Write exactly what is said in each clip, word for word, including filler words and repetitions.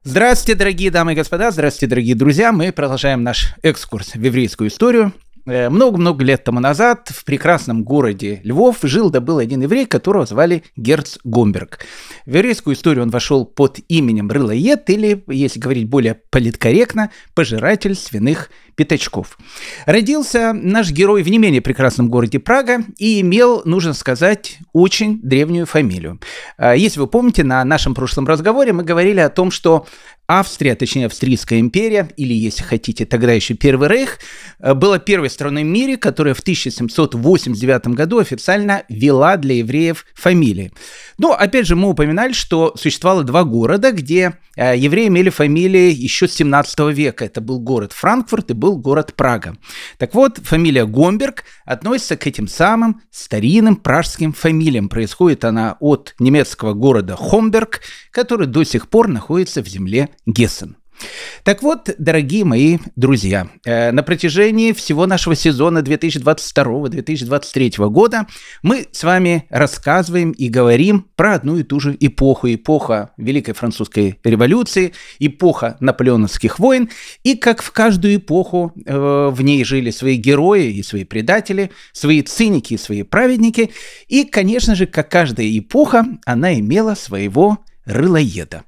Здравствуйте, дорогие дамы и господа, здравствуйте, дорогие друзья. Мы продолжаем наш экскурс в еврейскую историю. Много-много лет тому назад в прекрасном городе Львов жил да был один еврей, которого звали Герц Гомберг. В еврейскую историю он вошел под именем Рылоед, или, если говорить более политкорректно, пожиратель свиных пятачков. Родился наш герой в не менее прекрасном городе Прага и имел, нужно сказать, очень древнюю фамилию. Если вы помните, на нашем прошлом разговоре мы говорили о том, что Австрия, точнее Австрийская империя, или, если хотите, тогда еще Первый Рейх, была первой страной в мире, которая в тысяча семьсот восемьдесят девятом году официально ввела для евреев фамилии. Но, опять же, мы упоминали, что существовало два города, где евреи имели фамилии еще с семнадцатого века. Это был город Франкфурт и был город Прага. Так вот, фамилия Гомберг относится к этим самым старинным пражским фамилиям. Происходит она от немецкого города Хомберг, который до сих пор находится в земле Гессен. Так вот, дорогие мои друзья, на протяжении всего нашего сезона две тысячи двадцать второго - две тысячи двадцать третьего года мы с вами рассказываем и говорим про одну и ту же эпоху. Эпоха Великой Французской революции, эпоха наполеоновских войн. И как в каждую эпоху в ней жили свои герои и свои предатели, свои циники и свои праведники. И, конечно же, как каждая эпоха, она имела своего рылоеда.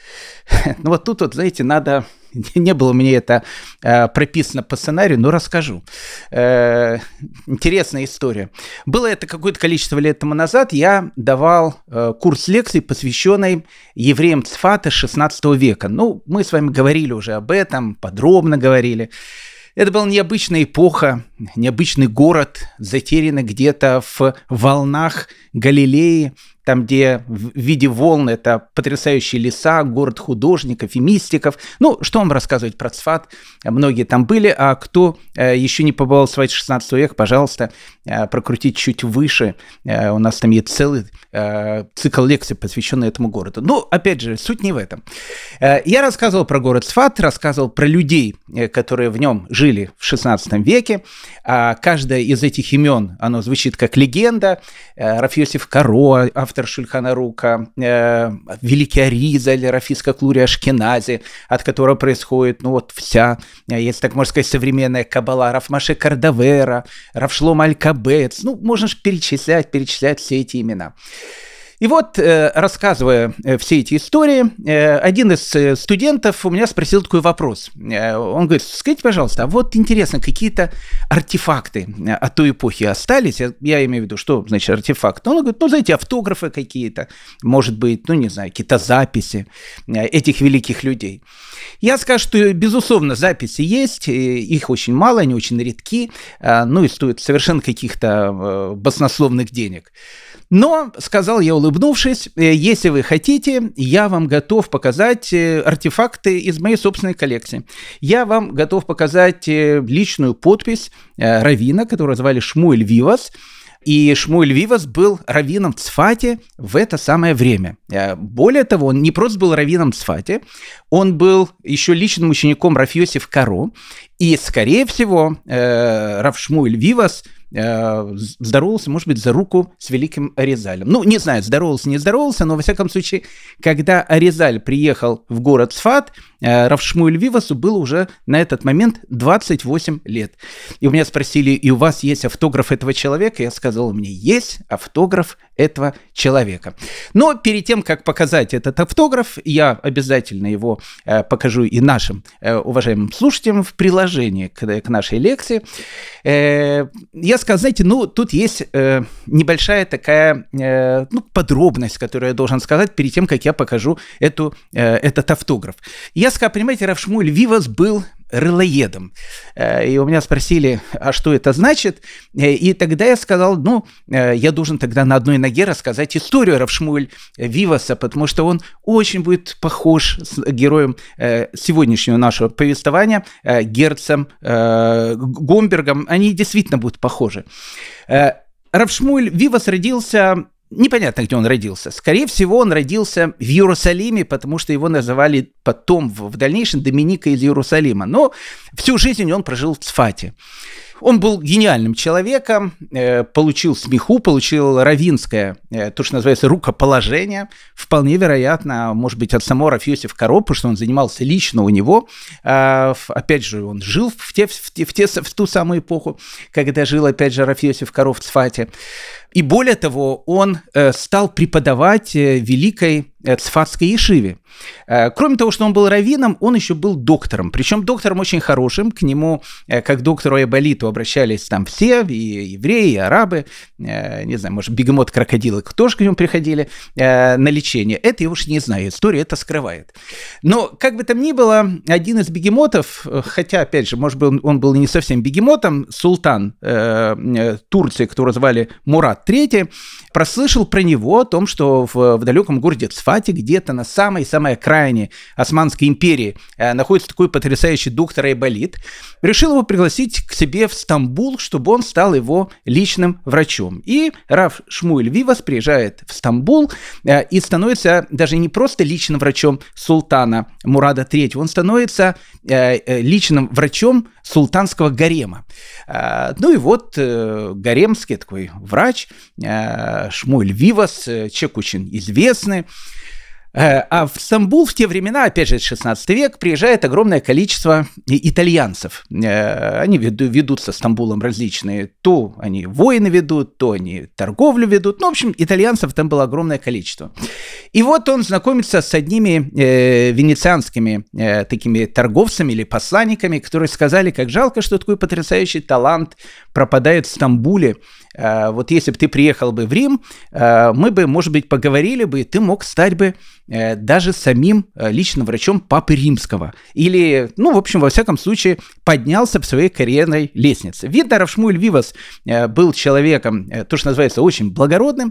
Ну вот тут, вот, знаете, надо... Не было мне это э, прописано по сценарию, но расскажу. Э, интересная история. Было это какое-то количество лет тому назад. Я давал э, курс лекций, посвященный евреям Цфата шестнадцатого века. Ну, мы с вами говорили уже об этом, подробно говорили. Это была необычная эпоха, необычный город, затерянный где-то в волнах Галилеи, там, где в виде волн это потрясающие леса, город художников и мистиков. Ну, что вам рассказывать про Цфат? Многие там были, а кто э, еще не побывал в Цфате шестнадцатого века, пожалуйста, э, прокрутить чуть выше. Э, у нас там есть целый э, цикл лекций, посвященный этому городу. Но, опять же, суть не в этом. Э, я рассказывал про город Цфат, рассказывал про людей, э, которые в нем жили в шестнадцатом веке. А каждое из этих имен, оно звучит как легенда. Э, Рав Йосеф Каро, автор Шульхан Аруха, э, великий Аризаль, Рав Ицхак Лури Ашкенази, от которого происходит, ну вот вся, если так можно сказать, современная каббала, Рав Моше Кардавера, Рав Шломо Аль-Кабец, ну, можно же перечислять, перечислять все эти имена. И вот, э, рассказывая э, все эти истории, э, один из э, студентов у меня спросил такой вопрос. Э, он говорит: скажите, пожалуйста, а вот интересно, какие-то артефакты от той эпохи остались? Я, я имею в виду, что значит артефакт? Он говорит: ну, знаете, автографы какие-то, может быть, ну, не знаю, какие-то записи э, этих великих людей. Я скажу, что, безусловно, записи есть, их очень мало, они очень редки, э, ну, и стоят совершенно каких-то э, баснословных денег. Но, сказал я, улыбнувшись, если вы хотите, я вам готов показать артефакты из моей собственной коллекции. Я вам готов показать личную подпись раввина, которого звали Шмуэль Вивас. И Шмуэль Вивас был раввином в Цфате в это самое время. Более того, он не просто был раввином в Цфате, он был еще личным учеником Рав Йосеф Каро. И, скорее всего, Рав Шмуэль Вивас здоровался, может быть, за руку с великим Аризалем. Ну, не знаю, здоровался, не здоровался, но, во всяком случае, когда Аризаль приехал в город Цфат, Рав Шмуэль Вивасу было уже на этот момент двадцать восемь лет. И у меня спросили: и у вас есть автограф этого человека? Я сказал: у меня есть автограф этого человека. Но перед тем, как показать этот автограф, я обязательно его э, покажу и нашим э, уважаемым слушателям в приложении к, к нашей лекции. Э, я сказал, знаете, ну, тут есть э, небольшая такая э, ну, подробность, которую я должен сказать перед тем, как я покажу эту, э, этот автограф. Я сказал: понимаете, Рав Шмуэль Вивас был рылоедом. И у меня спросили: а что это значит? И тогда я сказал: ну, я должен тогда на одной ноге рассказать историю Рав Шмуэль Виваса, потому что он очень будет похож с героем сегодняшнего нашего повествования, Герцем Гомбергом. Они действительно будут похожи. Рав Шмуэль Вивас родился... Непонятно, где он родился. Скорее всего, он родился в Иерусалиме, потому что его называли потом, в дальнейшем, Доминика из Иерусалима. Но всю жизнь он прожил в Цфате. Он был гениальным человеком, получил смеху, получил раввинское, то, что называется, рукоположение. Вполне вероятно, может быть, от самого Рав Йосеф Кaro, потому что он занимался лично у него. Опять же, он жил в, те, в, те, в, те, в ту самую эпоху, когда жил, опять же, Рав Йосеф Кaro в Цфате. И более того, он стал преподавать в великой Цфатской ешиве. Кроме того, что он был раввином, он еще был доктором. Причем доктором очень хорошим. К нему, как к доктору Айболиту, обращались там все, и евреи, и арабы. Не знаю, может, бегемот-крокодилы тоже к нему приходили на лечение. Это я уж не знаю, история это скрывает. Но, как бы там ни было, один из бегемотов, хотя, опять же, может быть, он был не совсем бегемотом, султан э, Турции, которого звали Мурат третий, прослышал про него о том, что в, в далеком городе Цфате, где-то на самой-самой окраине Османской империи, э, находится такой потрясающий доктор Айболит, решил его пригласить к себе в Стамбул, чтобы он стал его личным врачом. И Рав Шмуэль Вивас приезжает в Стамбул э, и становится даже не просто личным врачом султана Мурада третьего, он становится э, э, личным врачом султанского гарема. Э, ну и вот э, гаремский такой врач э, Шмуэль Вивас, э, человек очень известный. А в Стамбул в те времена, опять же, шестнадцатый век, приезжает огромное количество итальянцев. Они ведут со Стамбулом различные, то они войны ведут, то они торговлю ведут. Ну, в общем, итальянцев там было огромное количество. И вот он знакомится с одними э, венецианскими э, такими торговцами или посланниками, которые сказали, как жалко, что такой потрясающий талант пропадает в Стамбуле. Э, вот если бы ты приехал бы в Рим, э, мы бы, может быть, поговорили бы, и ты мог стать бы даже самим личным врачом Папы Римского. Или, ну, в общем, во всяком случае, поднялся по своей карьерной лестнице. Видно, Рав Шмуэль Вивас был человеком, то, что называется, очень благородным.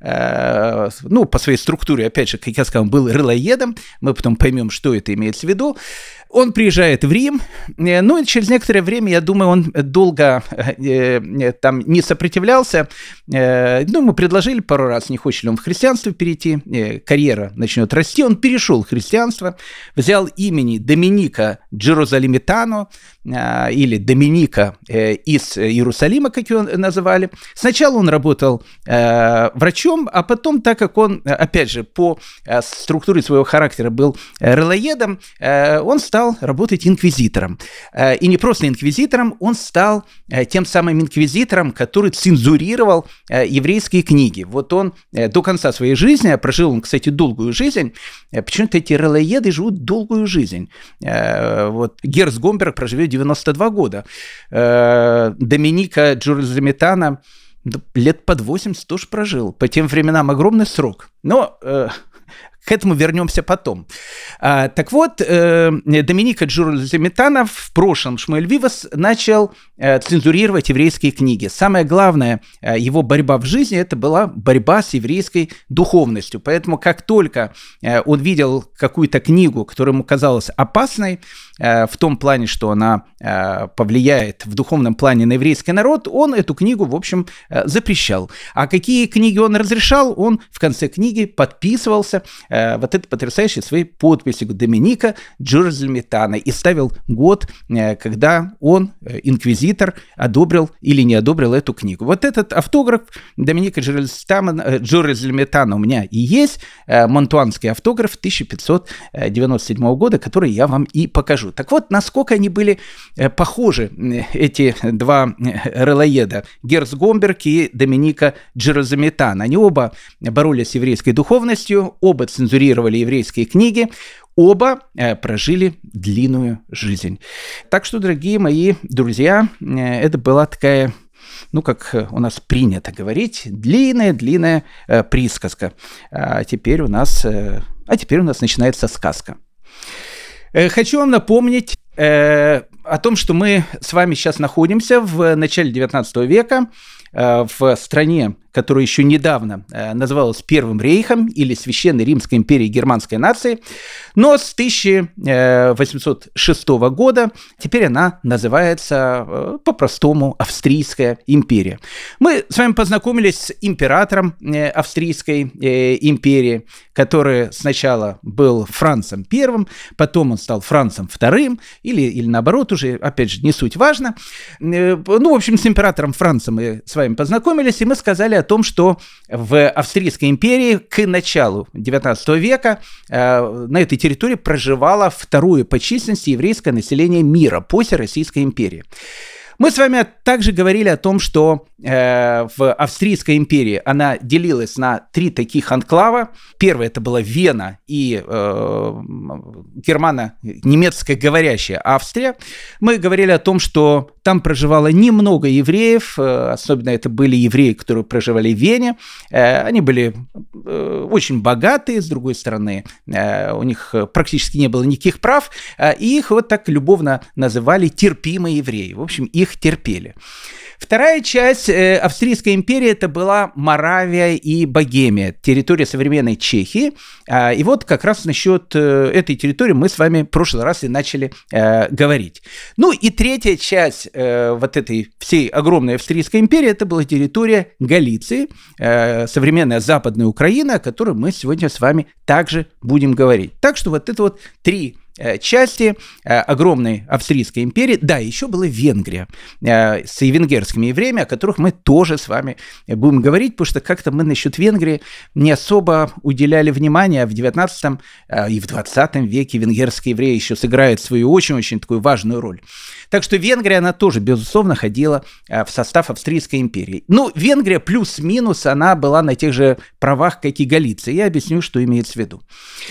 Ну, по своей структуре, опять же, как я сказал, был рылоедом. Мы потом поймем, что это имеется в виду. Он приезжает в Рим, ну и через некоторое время, я думаю, он долго э, там не сопротивлялся. Э, ну, ему предложили пару раз, не хочет ли он в христианство перейти, э, карьера начнет расти. Он перешел в христианство, взял имени Доминика Джерозалиметано, э, или Доминика э, из Иерусалима, как его называли. Сначала он работал э, врачом, а потом, так как он, опять же, по э, структуре своего характера был э, рылоедом, э, он стал работать инквизитором. И не просто инквизитором, он стал тем самым инквизитором, который цензурировал еврейские книги. Вот он до конца своей жизни, прожил он, кстати, долгую жизнь, почему-то эти релоеды живут долгую жизнь. Вот Герц Гомберг проживет девяносто два года. Доминика Джерозалиметано лет под восемьдесят тоже прожил. По тем временам огромный срок. Но... К этому вернемся потом. А, так вот, э, Доминика Джерозалиметано, в прошлом Шмуэль Вивас, начал э, цензурировать еврейские книги. Самая главная э, его борьба в жизни – это была борьба с еврейской духовностью. Поэтому, как только э, он видел какую-то книгу, которая ему казалась опасной, э, в том плане, что она э, повлияет в духовном плане на еврейский народ, он эту книгу, в общем, э, запрещал. А какие книги он разрешал, он в конце книги подписывался вот это потрясающей своей подписью Доминика Джерозалиметано и ставил год, когда он, инквизитор, одобрил или не одобрил эту книгу. Вот этот автограф Доминика Джерозалиметано у меня и есть, монтуанский автограф тысяча пятьсот девяносто седьмого года, который я вам и покажу. Так вот, насколько они были похожи, эти два релоеда, Герц Гомберг и Доминика Джерозалиметано. Они оба боролись с еврейской духовностью, оба цензурировали еврейские книги, оба э, прожили длинную жизнь. Так что, дорогие мои друзья, э, это была такая, ну, как у нас принято говорить, длинная-длинная э, присказка. А теперь у нас, э, а теперь у нас начинается сказка. Э, хочу вам напомнить э, о том, что мы с вами сейчас находимся в начале девятнадцатого века, в стране которая еще недавно называлась Первым рейхом или Священной Римской империей германской нации, но с тысяча восемьсот шестого года теперь она называется по-простому Австрийская империя. Мы с вами познакомились с императором Австрийской империи, который сначала был Францем Первым, потом он стал Францем Вторым, или, или наоборот уже, опять же, не суть важно. Ну, в общем, с императором Францем мы с вами познакомились, и мы сказали о том, что в Австрийской империи к началу девятнадцатого века э, на этой территории проживало второе по численности еврейское население мира после Российской империи. Мы с вами также говорили о том, что э, в Австрийской империи она делилась на три таких анклава. Первое это была Вена и э, германо-немецко говорящая Австрия. Мы говорили о том, что там проживало немного евреев, э, особенно это были евреи, которые проживали в Вене. Э, они были э, очень богатые, с другой стороны, э, у них практически не было никаких прав, э, и их вот так любовно называли терпимые евреи. В общем, их терпели. Вторая часть э, Австрийской империи это была Моравия и Богемия, территория современной Чехии. А, и вот как раз насчет э, этой территории мы с вами в прошлый раз и начали э, говорить. Ну и третья часть э, вот этой всей огромной Австрийской империи это была территория Галиции, э, современная Западная Украина, о которой мы сегодня с вами также будем говорить. Так что вот это вот три части огромной Австрийской империи. Да, еще была Венгрия с венгерскими евреями, о которых мы тоже с вами будем говорить, потому что как-то мы насчет Венгрии не особо уделяли внимания, а в девятнадцатом и в двадцатом веке венгерские евреи еще сыграют свою очень-очень такую важную роль. Так что Венгрия, она тоже, безусловно, ходила в состав Австрийской империи. Ну, Венгрия плюс-минус, она была на тех же правах, как и Галиция. Я объясню, что имеется в виду.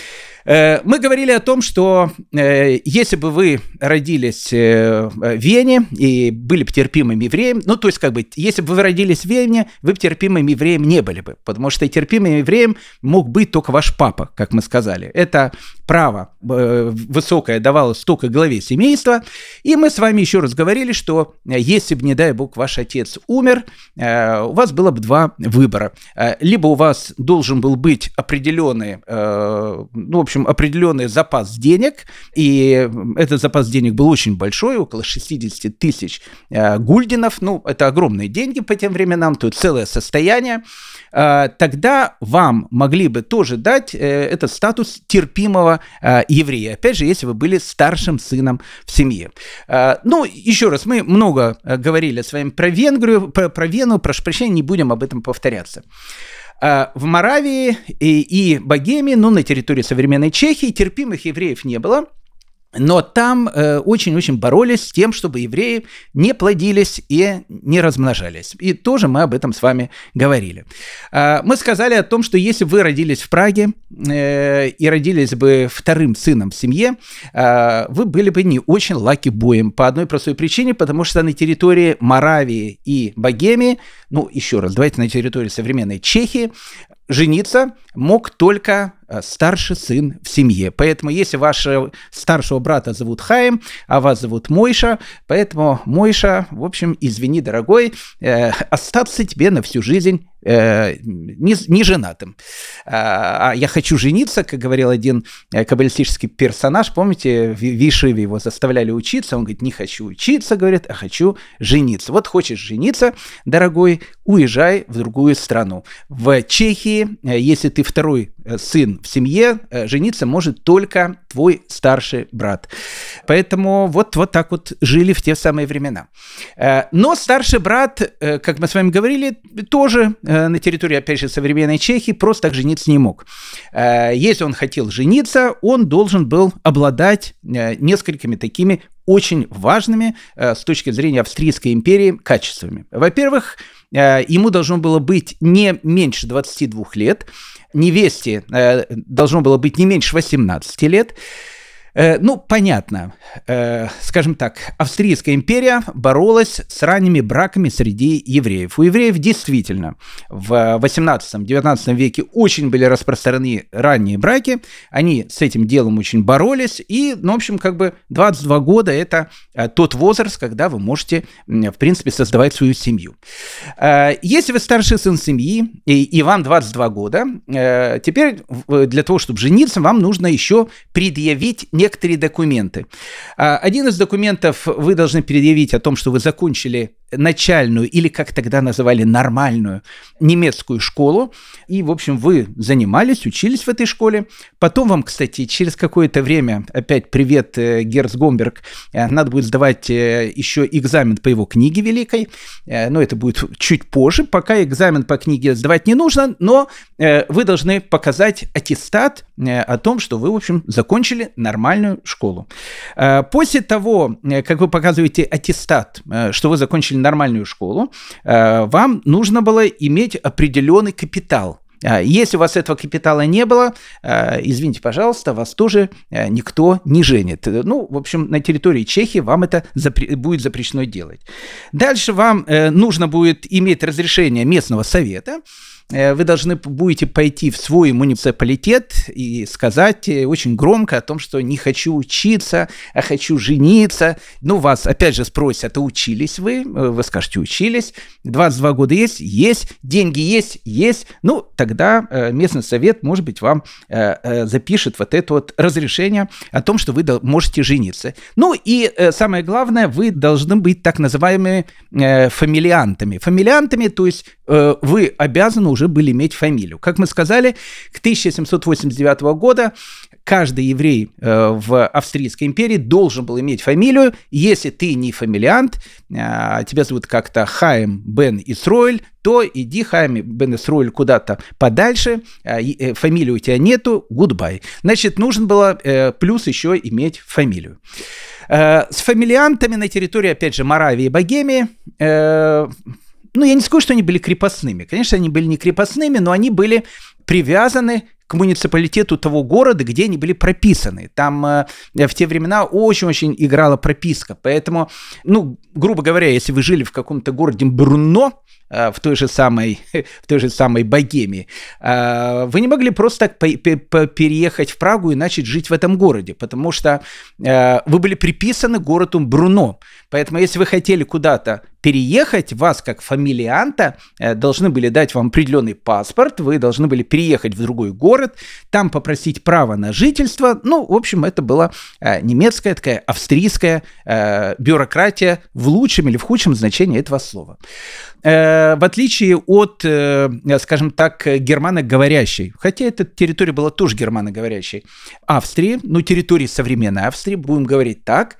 Мы говорили о том, что э, если бы вы родились э, в Вене и были бы терпимым евреем, ну, то есть, как бы, если бы вы родились в Вене, вы бы терпимым евреем не были бы, потому что терпимым евреем мог быть только ваш папа, как мы сказали. Это право э, высокое давалось только главе семейства, и мы с вами еще раз говорили, что если бы, не дай бог, ваш отец умер, э, у вас было бы два выбора. Э, либо у вас должен был быть определенный, э, ну, в общем, определенный запас денег, и этот запас денег был очень большой, около шестьдесят тысяч э, гульденов, ну, это огромные деньги по тем временам, то есть целое состояние, э, тогда вам могли бы тоже дать э, этот статус терпимого э, еврея, опять же, если вы были старшим сыном в семье. Э, ну, еще раз, мы много э, говорили с вами про Венгрию, про, про Вену, прошу прощения, не будем об этом повторяться. В Моравии и, и Богемии, ну, на территории современной Чехии, терпимых евреев не было, но там э, очень-очень боролись с тем, чтобы евреи не плодились и не размножались. И тоже мы об этом с вами говорили. Э, мы сказали о том, что если вы родились в Праге э, и родились бы вторым сыном в семье, э, вы были бы не очень лаки-боем по одной простой причине, потому что на территории Моравии и Богемии, ну, еще раз, давайте на территории современной Чехии, жениться мог только старший сын в семье. Поэтому, если вашего старшего брата зовут Хаим, а вас зовут Мойша, поэтому, Мойша, в общем, извини, дорогой, э, остаться тебе на всю жизнь э, не, не женатым. А, а я хочу жениться, как говорил один каббалистический персонаж, помните, в Вишиве его заставляли учиться, он говорит, не хочу учиться, говорит, а хочу жениться. Вот хочешь жениться, дорогой, уезжай в другую страну. В Чехии, если ты второй сын в семье, жениться может только твой старший брат. Поэтому вот, вот так вот жили в те самые времена. Но старший брат, как мы с вами говорили, тоже на территории, опять же, современной Чехии просто так жениться не мог. Если он хотел жениться, он должен был обладать несколькими такими очень важными с точки зрения Австрийской империи качествами. Во-первых, ему должно было быть не меньше двадцати двух лет, невесте должно было быть не меньше восемнадцати лет, Ну, понятно. Скажем так, Австрийская империя боролась с ранними браками среди евреев. У евреев действительно в восемнадцатом-девятнадцатом веке очень были распространены ранние браки. Они с этим делом очень боролись. И, ну, в общем, как бы двадцать два года – это тот возраст, когда вы можете, в принципе, создавать свою семью. Если вы старший сын семьи, и вам двадцать два года, теперь для того, чтобы жениться, вам нужно еще предъявить некоторые документы. Один из документов вы должны предъявить о том, что вы закончили начальную или, как тогда называли, нормальную немецкую школу. И, в общем, вы занимались, учились в этой школе. Потом вам, кстати, через какое-то время, опять привет, Герц Гомберг, надо будет сдавать еще экзамен по его книге великой. Но это будет чуть позже. Пока экзамен по книге сдавать не нужно, но вы должны показать аттестат о том, что вы, в общем, закончили нормальную школу. После того, как вы показываете аттестат, что вы закончили нормальную школу, вам нужно было иметь определенный капитал. Если у вас этого капитала не было, извините, пожалуйста, вас тоже никто не женит. Ну, в общем, на территории Чехии вам это запре- будет запрещено делать. Дальше вам нужно будет иметь разрешение местного совета. Вы должны будете пойти в свой муниципалитет и сказать очень громко о том, что не хочу учиться, а хочу жениться. Ну, вас опять же спросят, а учились вы? Вы скажете, учились. двадцать два года есть? Есть. Деньги есть? Есть. Ну, тогда местный совет, может быть, вам запишет вот это вот разрешение о том, что вы можете жениться. Ну, и самое главное, вы должны быть так называемыми фамилиантами. Фамилиантами, то есть вы обязаны уже были иметь фамилию. Как мы сказали, к тысяча семьсот восемьдесят девятого года каждый еврей э, в Австрийской империи должен был иметь фамилию. Если ты не фамилиант, э, тебя зовут как-то Хаим бен Исроэль, то иди, Хаим бен Исроэль, куда-то подальше, э, фамилии у тебя нету, goodbye. Значит, нужно было э, плюс еще иметь фамилию. Э, с фамилиантами на территории, опять же, Моравии и Богемии э, Ну, я не скажу, что они были крепостными. Конечно, они были не крепостными, но они были привязаны к муниципалитету того города, где они были прописаны. Там э, в те времена очень-очень играла прописка. Поэтому, ну, грубо говоря, если вы жили в каком-то городе Брно, э, в той же самой, в той же самой Богемии, э, вы не могли просто так переехать в Прагу и начать жить в этом городе, потому что э, вы были приписаны к городу Брно. Поэтому, если вы хотели куда-то переехать, вас, как фамилианта, должны были дать вам определенный паспорт, вы должны были переехать в другой город, там попросить право на жительство. Ну, в общем, это была немецкая, такая австрийская бюрократия в лучшем или в худшем значении этого слова. В отличие от, скажем так, германоговорящей, хотя эта территория была тоже германоговорящей, Австрии, ну, территории современной Австрии, будем говорить так,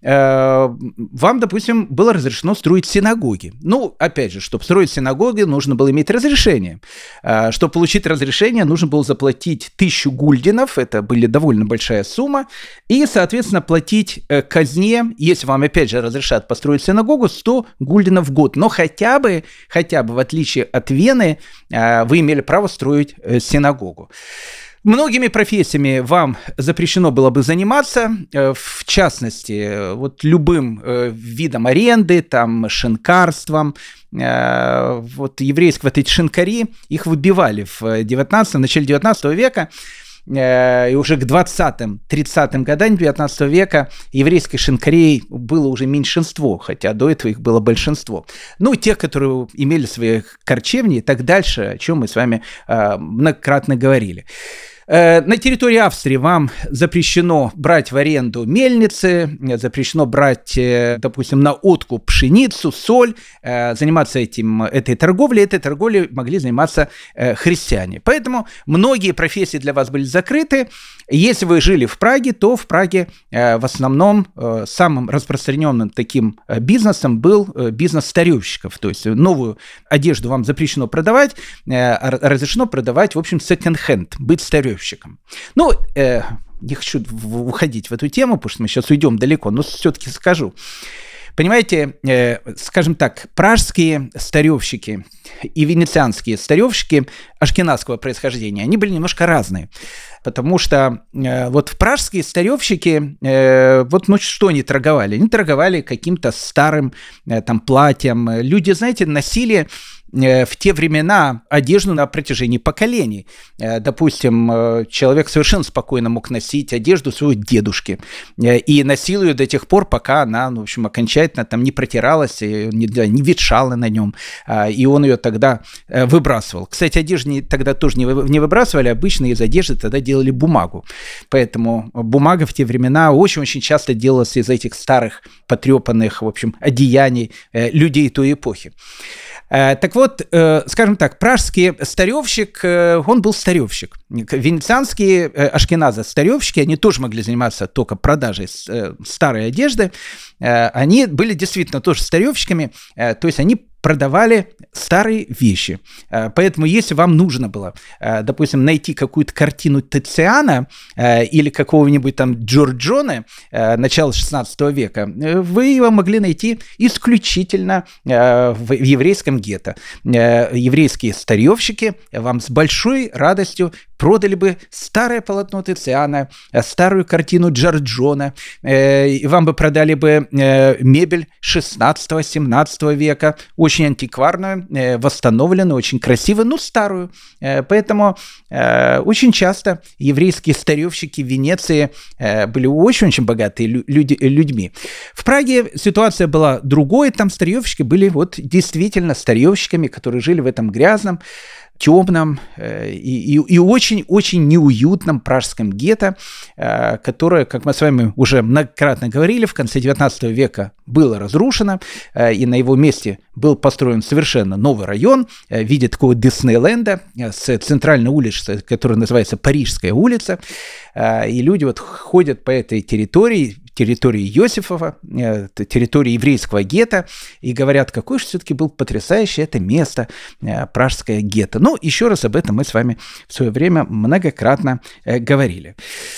вам, допустим, было разрешено строить синагоги. Ну, опять же, чтобы строить синагоги, нужно было иметь разрешение. Чтобы получить разрешение, нужно было заплатить тысячу гульденов, это была довольно большая сумма, и, соответственно, платить казне, если вам, опять же, разрешат построить синагогу, сто гульденов в год. Но хотя бы, хотя бы в отличие от Вены, вы имели право строить синагогу. Многими профессиями вам запрещено было бы заниматься, в частности, вот любым видом аренды, там, шинкарством. Вот еврейские вот эти шинкари, их выбивали в девятнадцатом, начале девятнадцатого века. И уже к двадцатым-тридцатым годам девятнадцатого века еврейских шинкарей было уже меньшинство, хотя до этого их было большинство. Ну, тех, которые имели свои корчевни и так дальше, о чем мы с вами многократно говорили. На территории Австрии вам запрещено брать в аренду мельницы, запрещено брать, допустим, на откуп пшеницу, соль, заниматься этим, этой торговлей. Этой торговлей могли заниматься христиане. Поэтому многие профессии для вас были закрыты. Если вы жили в Праге, то в Праге в основном самым распространенным таким бизнесом был бизнес старьевщиков. То есть новую одежду вам запрещено продавать, разрешено продавать, в общем, секонд-хенд, быть старьевщиком. Ну, э, не хочу уходить в эту тему, потому что мы сейчас уйдем далеко, но все-таки скажу. Понимаете, э, скажем так, пражские старевщики и венецианские старевщики ашкеназского происхождения, они были немножко разные. Потому что э, вот пражские старевщики, э, вот ну что они торговали? Они торговали каким-то старым э, там платьем. Люди, знаете, носили в те времена одежду на протяжении поколений. Допустим, человек совершенно спокойно мог носить одежду своего дедушки и носил ее до тех пор, пока она, ну, в общем, окончательно там не протиралась, не, не ветшала на нем, и он ее тогда выбрасывал. Кстати, одежду тогда тоже не выбрасывали, обычно из одежды тогда делали бумагу. Поэтому бумага в те времена очень-очень часто делалась из этих старых, потрепанных, в общем, одеяний людей той эпохи. Так вот, скажем так, пражский старевщик, он был старевщик. Венецианские ашкеназы старевщики, они тоже могли заниматься только продажей старой одежды. Они были действительно тоже старевщиками, то есть они продавали старые вещи. Поэтому если вам нужно было, допустим, найти какую-то картину Тициана или какого-нибудь там Джорджоне начала шестнадцатого века, вы его могли найти исключительно в еврейском гетто. Еврейские старевщики вам с большой радостью продали бы старое полотно Тициана, старую картину Джорджона, и вам бы продали бы мебель шестнадцатого-семнадцатого века, очень антикварную, восстановленную, очень красивую, но старую. Поэтому очень часто еврейские старевщики в Венеции были очень-очень богатые люди, людьми. В Праге ситуация была другой, там старевщики были вот действительно старевщиками, которые жили в этом грязном, темном и, и, и очень-очень неуютном пражском гетто, которое, как мы с вами уже многократно говорили, в конце девятнадцатого века было разрушено, и на его месте был построен совершенно новый район в виде такого Диснейленда с центральной улицей, которая называется Парижская улица, и люди вот ходят по этой территории, территории Иосифова, территории еврейского гетто, и говорят, какое же все-таки было потрясающее это место, пражское гетто. Ну, еще раз об этом мы с вами в свое время многократно говорили.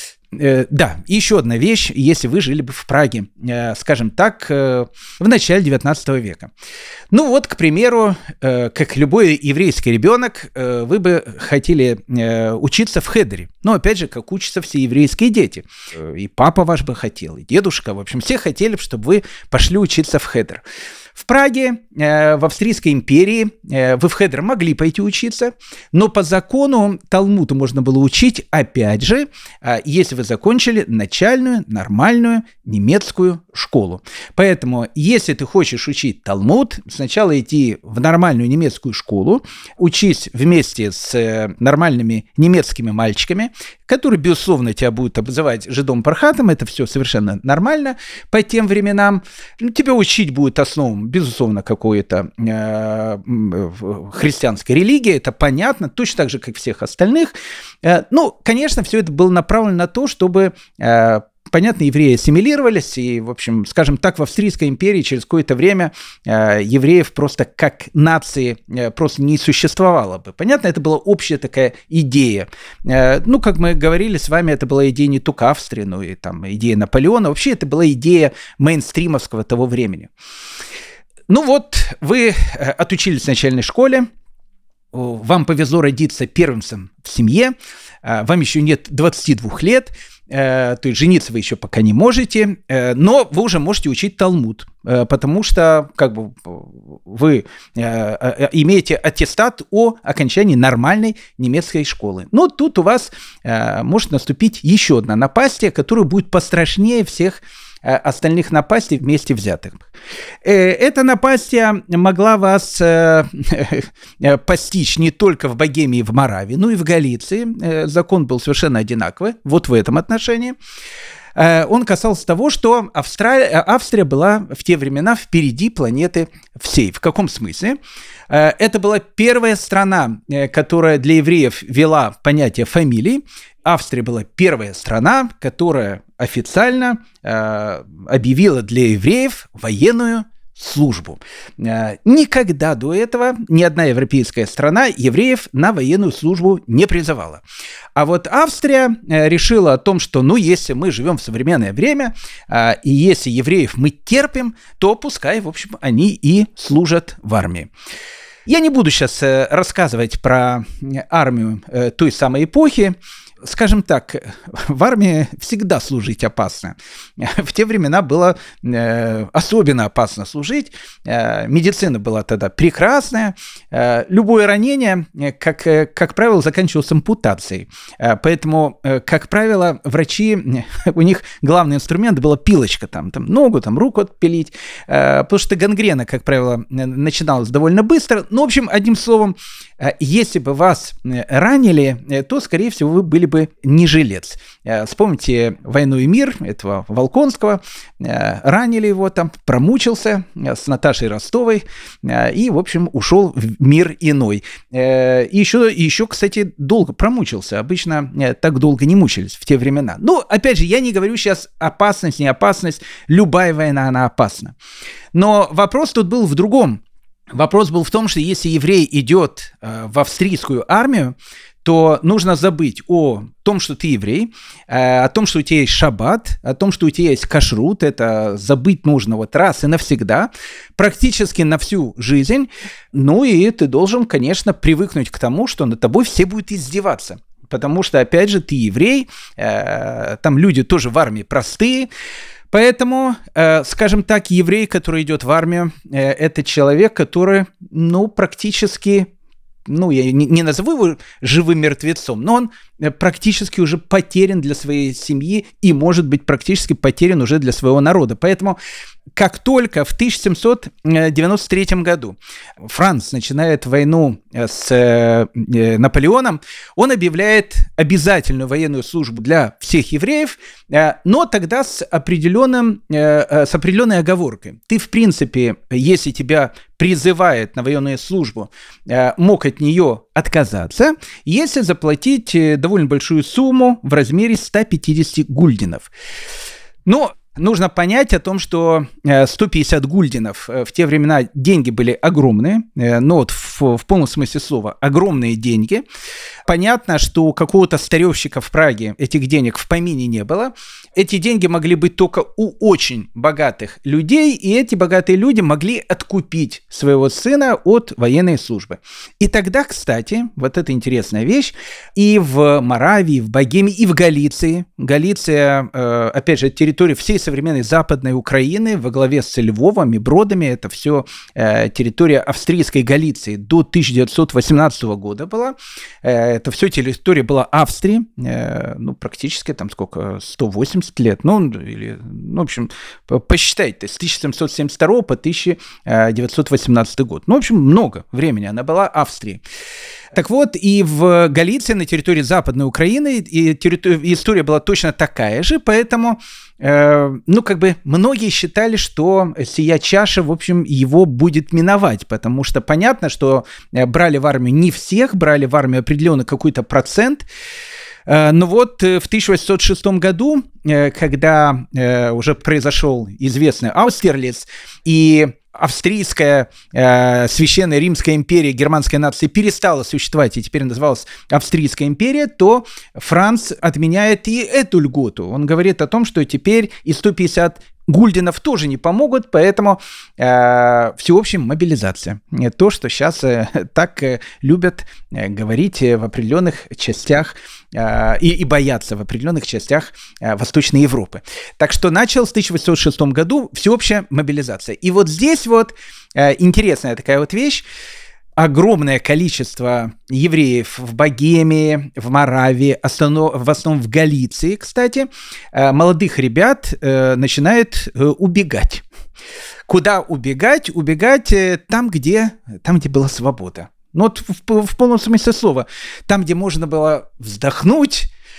Да, еще одна вещь, если вы жили бы в Праге, скажем так, в начале девятнадцатого века. Ну вот, к примеру, как любой еврейский ребенок, вы бы хотели учиться в хедере. Но опять же, как учатся все еврейские дети. И папа ваш бы хотел, и дедушка, в общем, все хотели, чтобы вы пошли учиться в хедер. В Праге, э, в Австрийской империи, э, вы в хедер могли пойти учиться, но по закону Талмуду можно было учить, опять же, э, если вы закончили начальную, нормальную немецкую школу. Поэтому, если ты хочешь учить Талмуд, сначала иди в нормальную немецкую школу, учись вместе с э, нормальными немецкими мальчиками, которые, безусловно, тебя будут обзывать жидом пархатом, это все совершенно нормально по тем временам. Ну, тебя учить будет основам, безусловно, какой-то э, христианской религии, это понятно, точно так же, как всех остальных. Э, ну, конечно, все это было направлено на то, чтобы... Э, Понятно, евреи ассимилировались, и, в общем, скажем так, в Австрийской империи через какое-то время э, евреев просто как нации э, просто не существовало бы. Понятно, это была общая такая идея. Э, ну, как мы говорили с вами, это была идея не только Австрии, но и там идея Наполеона. Вообще, это была идея мейнстримовского того времени. Ну вот, вы отучились в начальной школе, вам повезло родиться первенцем в семье, вам еще нет двадцати двух лет, то есть жениться вы еще пока не можете, но вы уже можете учить Талмуд, потому что как бы, вы имеете аттестат о окончании нормальной немецкой школы. Но тут у вас может наступить еще одна напасть, которая будет пострашнее всех остальных напастей вместе взятых. Эта напасть могла вас постичь не только в Богемии и в Моравии, но и в Галиции. Закон был совершенно одинаковый, вот в этом отношении. Он касался того, что Австралия, Австрия была в те времена впереди планеты всей. В каком смысле? Это была первая страна, которая для евреев ввела понятие фамилии. Австрия была первая страна, которая официально э, объявила для евреев военную службу. Никогда до этого ни одна европейская страна евреев на военную службу не призывала. А вот Австрия решила о том, что, ну, если мы живем в современное время, и если евреев мы терпим, то пускай, в общем, они и служат в армии. Я не буду сейчас рассказывать про армию той самой эпохи. Скажем так, в армии всегда служить опасно. В те времена было э, особенно опасно служить. Э, медицина была тогда прекрасная. Э, любое ранение, как, как правило, заканчивалось ампутацией. Э, поэтому, э, как правило, врачи, у них главный инструмент была пилочка. Там, там ногу, там, руку отпилить. Э, потому что гангрена, как правило, начиналась довольно быстро. Ну, в общем, одним словом, э, если бы вас ранили, э, то, скорее всего, вы были бы не жилец. Вспомните «Войну и мир» этого Волконского. Ранили его там, промучился с Наташей Ростовой и, в общем, ушел в мир иной. И еще, еще, кстати, долго промучился. Обычно так долго не мучились в те времена. Но, опять же, я не говорю сейчас опасность, не опасность. Любая война, она опасна. Но вопрос тут был в другом. Вопрос был в том, что если еврей идет в австрийскую армию, то нужно забыть о том, что ты еврей, о том, что у тебя есть шаббат, о том, что у тебя есть кашрут. Это забыть нужно вот раз и навсегда, практически на всю жизнь. Ну и ты должен, конечно, привыкнуть к тому, что над тобой все будут издеваться. Потому что, опять же, ты еврей, там люди тоже в армии простые. Поэтому, скажем так, еврей, который идет в армию, это человек, который, ну, практически... Ну, я не, не назову его живым мертвецом, но он практически уже потерян для своей семьи и, может быть, практически потерян уже для своего народа. Поэтому, как только в тысяча семьсот девяносто третьем году Франц начинает войну с Наполеоном, он объявляет обязательную военную службу для всех евреев, но тогда с, определенным, с определенной оговоркой. Ты, в принципе, если тебя призывает на военную службу, мог от нее отказаться, если заплатить довольно большую сумму в размере ста пятидесяти гульденов. Но нужно понять о том, что сто пятьдесят гульденов в те времена деньги были огромные, но вот в, в полном смысле слова огромные деньги. Понятно, что у какого-то старевщика в Праге этих денег в помине не было. Эти деньги могли быть только у очень богатых людей, и эти богатые люди могли откупить своего сына от военной службы. И тогда, кстати, вот эта интересная вещь, и в Моравии, в Богемии, и в Галиции. Галиция, опять же, территория всей современной Западной Украины во главе с Львовом и Бродами, это все территория австрийской Галиции до тысяча девятьсот восемнадцатого года была. Это все территория была Австрии, ну, практически там сколько, сто восемьдесят лет, ну, или, ну, в общем, посчитайте, с тысяча семьсот семьдесят второго по тысяча девятьсот восемнадцатый год. Ну, в общем, много времени она была Австрией. Так вот, и в Галиции, на территории Западной Украины, и территори- история была точно такая же, поэтому, э, ну, как бы, многие считали, что сия чаша, в общем, его будет миновать, потому что понятно, что брали в армию не всех, брали в армию определенный какой-то процент. Но вот в тысяча восемьсот шестом году, когда уже произошел известный Аустерлиц, и австрийская э, священная Римская империя германской нации перестала существовать и теперь называлась Австрийская империя, то Франц отменяет и эту льготу. Он говорит о том, что теперь и сто пятьдесят гульденов тоже не помогут, поэтому э, всеобщая мобилизация. То, что сейчас э, так э, любят э, говорить в определенных частях э, и, и боятся в определенных частях э, Восточной Европы. Так что начал с тысяча восемьсот шестом году всеобщая мобилизация. И вот здесь вот э, интересная такая вот вещь. Огромное количество евреев в Богемии, в Моравии, в основном в Галиции, кстати, молодых ребят начинает убегать. Куда убегать? Убегать там, где, там, где была свобода. Ну вот в, в полном смысле слова. Там, где можно было вздохнуть,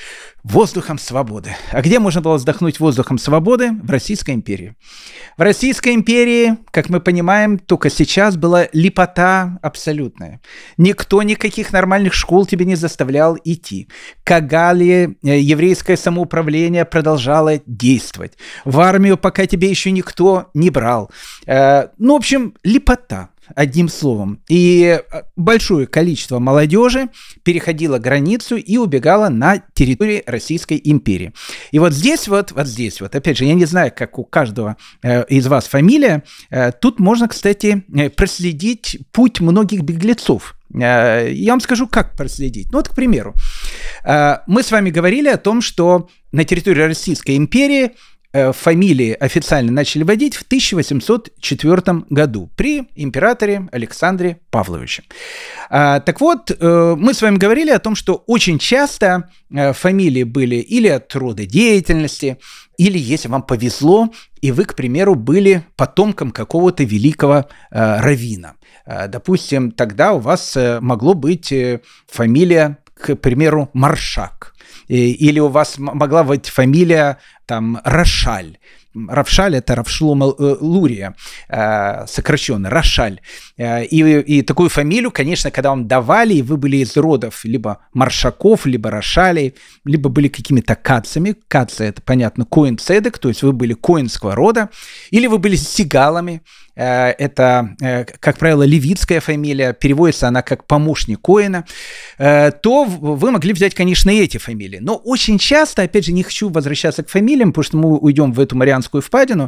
воздухом свободы. А где можно было вздохнуть воздухом свободы? В Российской империи. В Российской империи, как мы понимаем, только сейчас была лепота абсолютная. Никто никаких нормальных школ тебе не заставлял идти. Кагали, еврейское самоуправление продолжало действовать. В армию пока тебе еще никто не брал. Ну, в общем, лепота. Одним словом. И большое количество молодежи переходило границу и убегало на территории Российской империи. И вот здесь вот, вот здесь вот, опять же, я не знаю, как у каждого э, из вас фамилия, э, тут можно, кстати, проследить путь многих беглецов. Э, я вам скажу, как проследить. Ну вот, к примеру, э, мы с вами говорили о том, что на территории Российской империи фамилии официально начали вводить в тысяча восемьсот четвёртом году при императоре Александре Павловиче. Так вот, мы с вами говорили о том, что очень часто фамилии были или от рода деятельности, или, если вам повезло, и вы, к примеру, были потомком какого-то великого раввина. Допустим, тогда у вас могло быть фамилия, к примеру, Маршак. Или у вас могла быть фамилия там Рошаль. Равшаль – это Равшлома Лурия, сокращенно, Рошаль. И, и такую фамилию, конечно, когда вам давали, и вы были из родов либо Маршаков, либо Рошалей, либо были какими-то кацами. Кацы – это, понятно, Коэн Цедек, то есть вы были коэнского рода, или вы были сигалами. Это, как правило, левитская фамилия, переводится она как помощник Коэна, то вы могли взять, конечно, и эти фамилии. Но очень часто, опять же, не хочу возвращаться к фамилиям, потому что мы уйдем в эту Марианскую впадину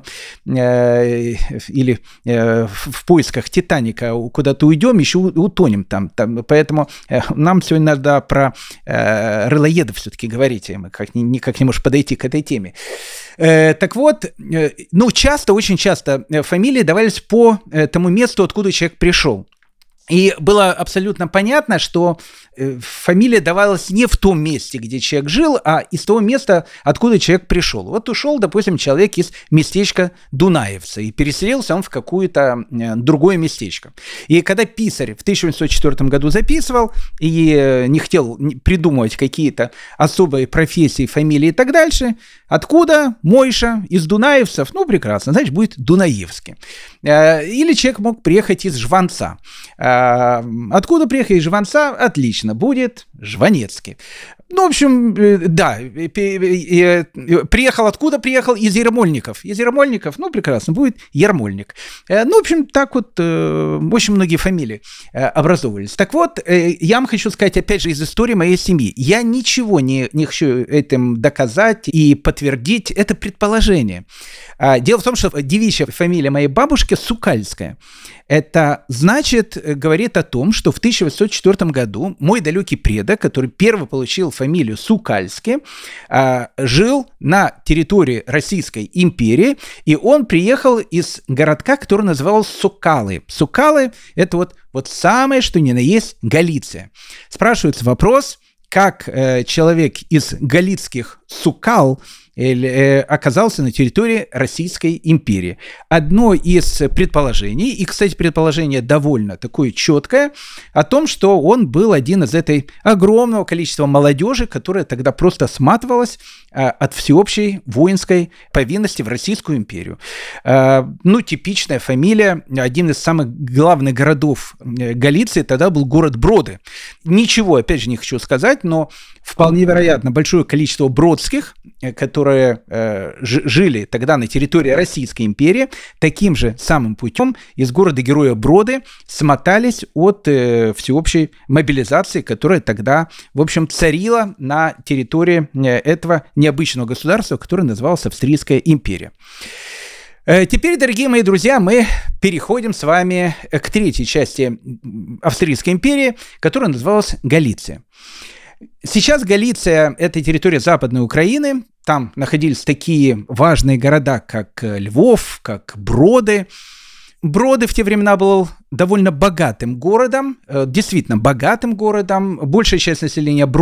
или в поисках Титаника куда-то уйдем, еще утонем там. там. Поэтому нам сегодня надо про рылоедов все-таки говорить, мы как, никак не можем подойти к этой теме. Так вот, ну, часто, очень часто фамилии давались по тому месту, откуда человек пришел. И было абсолютно понятно, что фамилия давалась не в том месте, где человек жил, а из того места, откуда человек пришел. Вот ушел, допустим, человек из местечка Дунаевца, и переселился он в какое-то другое местечко. И когда писарь в тысяча восемьсот четвёртом году записывал и не хотел придумывать какие-то особые профессии, фамилии и так дальше, откуда? Мойша, из Дунаевцев, ну, прекрасно, значит, будет Дунаевский. Или человек мог приехать из Жванца. Откуда приехать из Жванца? Отлично, будет Жванецкий. Ну, в общем, да, приехал откуда? Приехал из Ермольников. Из Ермольников, ну, прекрасно, будет Ермольник. Ну, в общем, так вот очень многие фамилии образовывались. Так вот, я вам хочу сказать, опять же, из истории моей семьи. Я ничего не, не хочу этим доказать и подтвердить. Это предположение. Дело в том, что девичья фамилия моей бабушки Сукальская. Это значит, говорит о том, что в тысяча восемьсот четвёртом году мой далекий предок, который первый получил фамилию Сукальский, жил на территории Российской империи, и он приехал из городка, который назывался Сукалы. Сукалы – это вот, вот самое, что ни на есть Галиция. Спрашивается вопрос, как э, человек из галицких Сукал оказался на территории Российской империи. Одно из предположений, и, кстати, предположение довольно такое четкое, о том, что он был один из этой огромного количества молодежи, которая тогда просто сматывалась от всеобщей воинской повинности в Российскую империю. Ну, типичная фамилия, один из самых главных городов Галиции тогда был город Броды. Ничего, опять же, не хочу сказать, но вполне вероятно, большое количество бродских, которые э, жили тогда на территории Российской империи, таким же самым путем из города-героя Броды смотались от э, всеобщей мобилизации, которая тогда, в общем, царила на территории э, этого необычного государства, которое называлось Австрийская империя. Теперь, дорогие мои друзья, мы переходим с вами к третьей части Австрийской империи, которая называлась Галиция. Сейчас Галиция – это территория Западной Украины. Там находились такие важные города, как Львов, как Броды. Броды в те времена был довольно богатым городом, действительно богатым городом. Большая часть населения Брод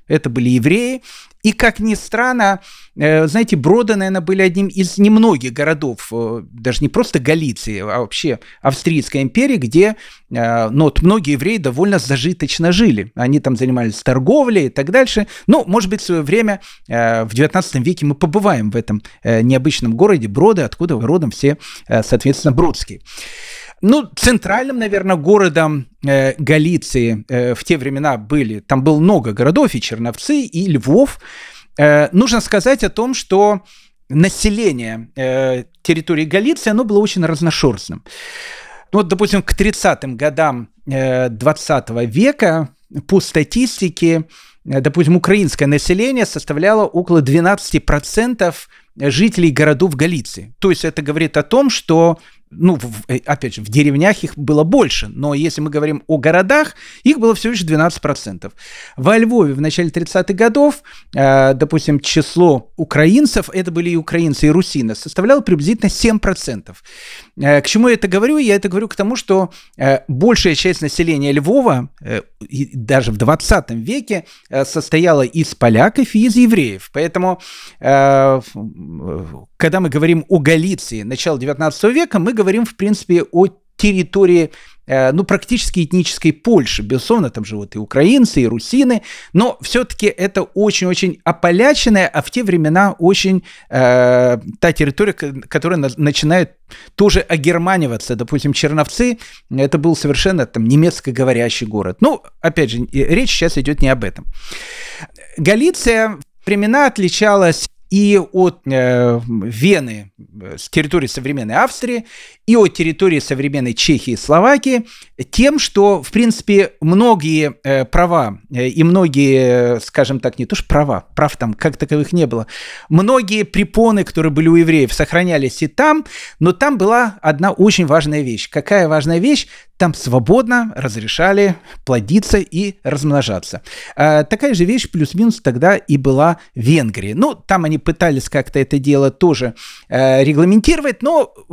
это были евреи. И, как ни странно, знаете, Броды, наверное, были одним из немногих городов, даже не просто Галиции, а вообще Австрийской империи, где ну, вот многие евреи довольно зажиточно жили. Они там занимались торговлей и так дальше. Ну, может быть, в свое время, в девятнадцатом веке, мы побываем в этом необычном городе Броды, откуда родом все, соответственно, бродские. Ну, центральным, наверное, городом э, Галиции э, в те времена были, там было много городов, и Черновцы, и Львов. Э, нужно сказать о том, что население э, территории Галиции, оно было очень разношерстным. Ну, вот, допустим, к тридцатым годам э, двадцатого века по статистике, э, допустим, украинское население составляло около двенадцать процентов жителей городов Галиции. То есть это говорит о том, что, ну, в, опять же, в деревнях их было больше, но если мы говорим о городах, их было всего лишь двенадцать процентов. Во Львове в начале тридцатых годов, э, допустим, число украинцев, это были и украинцы, и русины, составляло приблизительно семь процентов. Э, к чему я это говорю? Я это говорю к тому, что э, большая часть населения Львова, э, и даже в двадцатом веке, э, состояла из поляков и из евреев. Поэтому э, когда мы говорим о Галиции начала девятнадцатого века, мы говорим, в принципе, о территории, ну, практически этнической Польши. Безусловно, там живут и украинцы, и русины, но все-таки это очень-очень ополяченная, а в те времена очень э, та территория, которая на, начинает тоже огерманиваться. Допустим, Черновцы, это был совершенно там немецкоговорящий город. Ну, опять же, речь сейчас идет не об этом. Галиция в времена отличалась и от э, Вены, с территории современной Австрии, и от территории современной Чехии и Словакии, тем, что, в принципе, многие э, права э, и многие, скажем так, не то что права, прав там как таковых не было, многие препоны, которые были у евреев, сохранялись и там, но там была одна очень важная вещь. Какая важная вещь? Там свободно разрешали плодиться и размножаться. А, такая же вещь плюс-минус тогда и была в Венгрии. Ну, там они пытались как-то это дело тоже э, регламентировать, но э,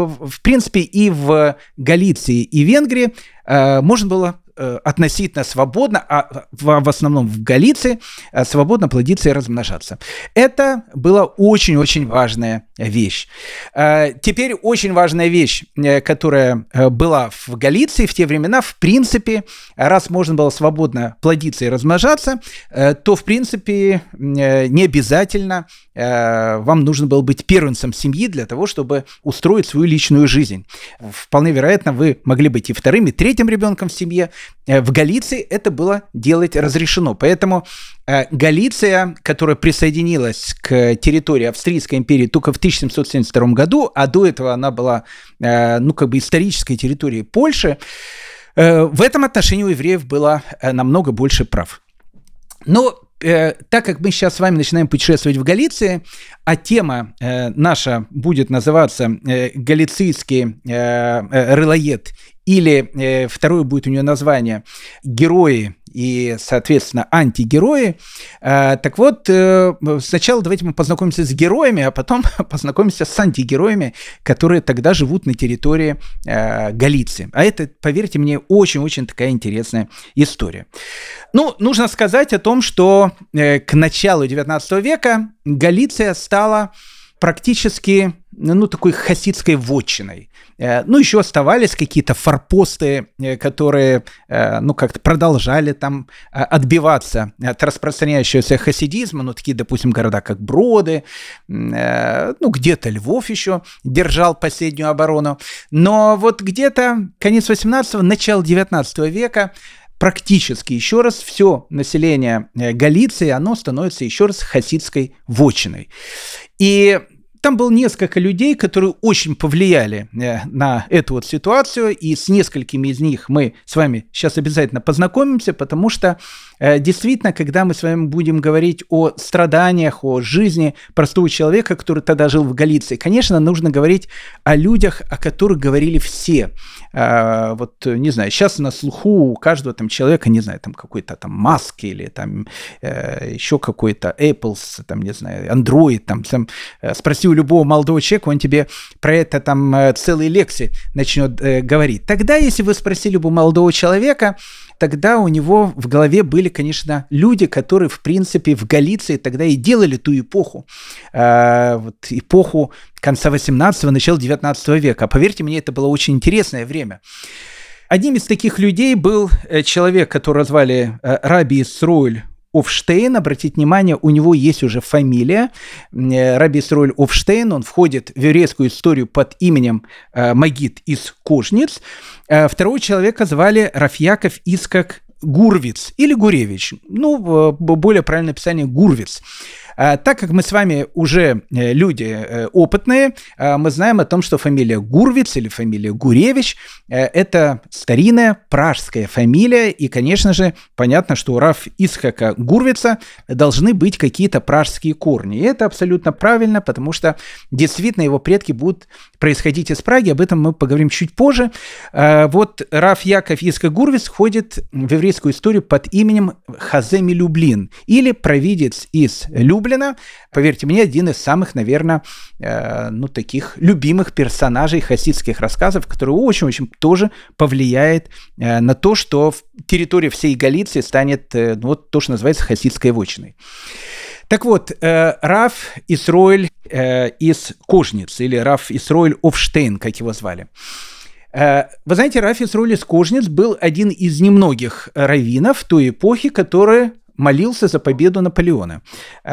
в принципе и в Галиции, и в Венгрии э, можно было э, относительно свободно, а в, в основном в Галиции, э, свободно плодиться и размножаться. Это была очень-очень важная вещь. Э, теперь очень важная вещь, э, которая э, была в Галиции в те времена, в принципе, раз можно было свободно плодиться и размножаться, э, то, в принципе, э, не обязательно э, вам нужно было быть первенцем семьи для того, чтобы устроить свою личную жизнь. Вполне вероятно, вы могли быть и вторым, и третьим ребенком в семье. Э, в Галиции это было делать разрешено. Поэтому э, Галиция, которая присоединилась к территории Австрийской империи только в тысяча семьсот семьдесят втором году, а до этого она была, э, ну, как бы исторической территорией Польши, э, в этом отношении у евреев было э, намного больше прав. Но э, так как мы сейчас с вами начинаем путешествовать в Галиции, а тема э, наша будет называться э, «Галицийский э, э, рылоед», или э, второе будет у нее название «Герои» и, соответственно, антигерои. Э, так вот, э, сначала давайте мы познакомимся с героями, а потом познакомимся с антигероями, которые тогда живут на территории э, Галиции. А это, поверьте мне, очень-очень такая интересная история. Ну, нужно сказать о том, что э, к началу девятнадцатого века Галиция стала практически, ну, такой хасидской вотчиной. Ну, еще оставались какие-то форпосты, которые, ну, как-то продолжали там отбиваться от распространяющегося хасидизма, ну, такие, допустим, города, как Броды, ну, где-то Львов еще держал последнюю оборону. Но вот где-то конец восемнадцатого, начало девятнадцатого века практически, еще раз, все население Галиции, оно становится еще раз хасидской вотчиной. И там было несколько людей, которые очень повлияли на эту вот ситуацию, и с несколькими из них мы с вами сейчас обязательно познакомимся, потому что действительно, когда мы с вами будем говорить о страданиях, о жизни простого человека, который тогда жил в Галиции, конечно, нужно говорить о людях, о которых говорили все. Вот, не знаю, сейчас на слуху у каждого там человека, не знаю, там какой-то там Маск или там еще какой-то Apple, там, не знаю, Android, там, там спроси у любого молодого человека, он тебе про это там целые лекции начнет говорить. Тогда, если вы спросили бы молодого человека, тогда у него в голове были, конечно, люди, которые, в принципе, в Галиции тогда и делали ту эпоху, э, вот, эпоху конца восемнадцатого, начала девятнадцатого века. Поверьте мне, это было очень интересное время. Одним из таких людей был человек, которого звали Раби Исроэль Офштейн. Обратите внимание, у него есть уже фамилия. Раби Исроэль Офштейн, он входит в еврейскую историю под именем Магид из Кожниц. Второго человека звали Рав Яков Ицхак Гурвиц или Гуревич. Ну, более правильное описание Гурвиц. Так как мы с вами уже люди опытные, мы знаем о том, что фамилия Гурвиц или фамилия Гуревич – это старинная пражская фамилия, и, конечно же, понятно, что у Рав Ицхака Гурвица должны быть какие-то пражские корни. И это абсолютно правильно, потому что действительно его предки будут происходить из Праги, об этом мы поговорим чуть позже. Вот Рав Яков Ицхак Гурвиц входит в еврейскую историю под именем Хазе Милюблин или провидец из Люблина. Поверьте мне, один из самых, наверное, э, ну, таких любимых персонажей хасидских рассказов, который очень-очень тоже повлияет э, на то, что территория всей Галиции станет э, ну, вот то, что называется хасидской вотчиной. Так вот, э, Рав Исроэль э, из Кожниц, или Рав Исроэль Офштейн, как его звали. Вы знаете, Рав Исроэль из Кожниц был один из немногих раввинов той эпохи, которые молился за победу Наполеона.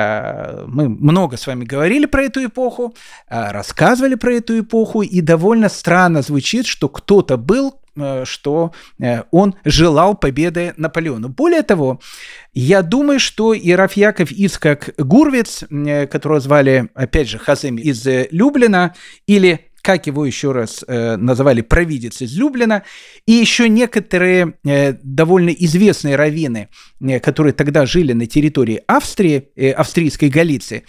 Мы много с вами говорили про эту эпоху, рассказывали про эту эпоху, и довольно странно звучит, что кто-то был, что он желал победы Наполеону. Более того, я думаю, что и Рав Яков Ицхак Гурвиц, которого звали, опять же, Хазем из Люблина, или как его еще раз э, называли, провидец из Люблина, и еще некоторые э, довольно известные раввины, э, которые тогда жили на территории Австрии, э, австрийской Галиции,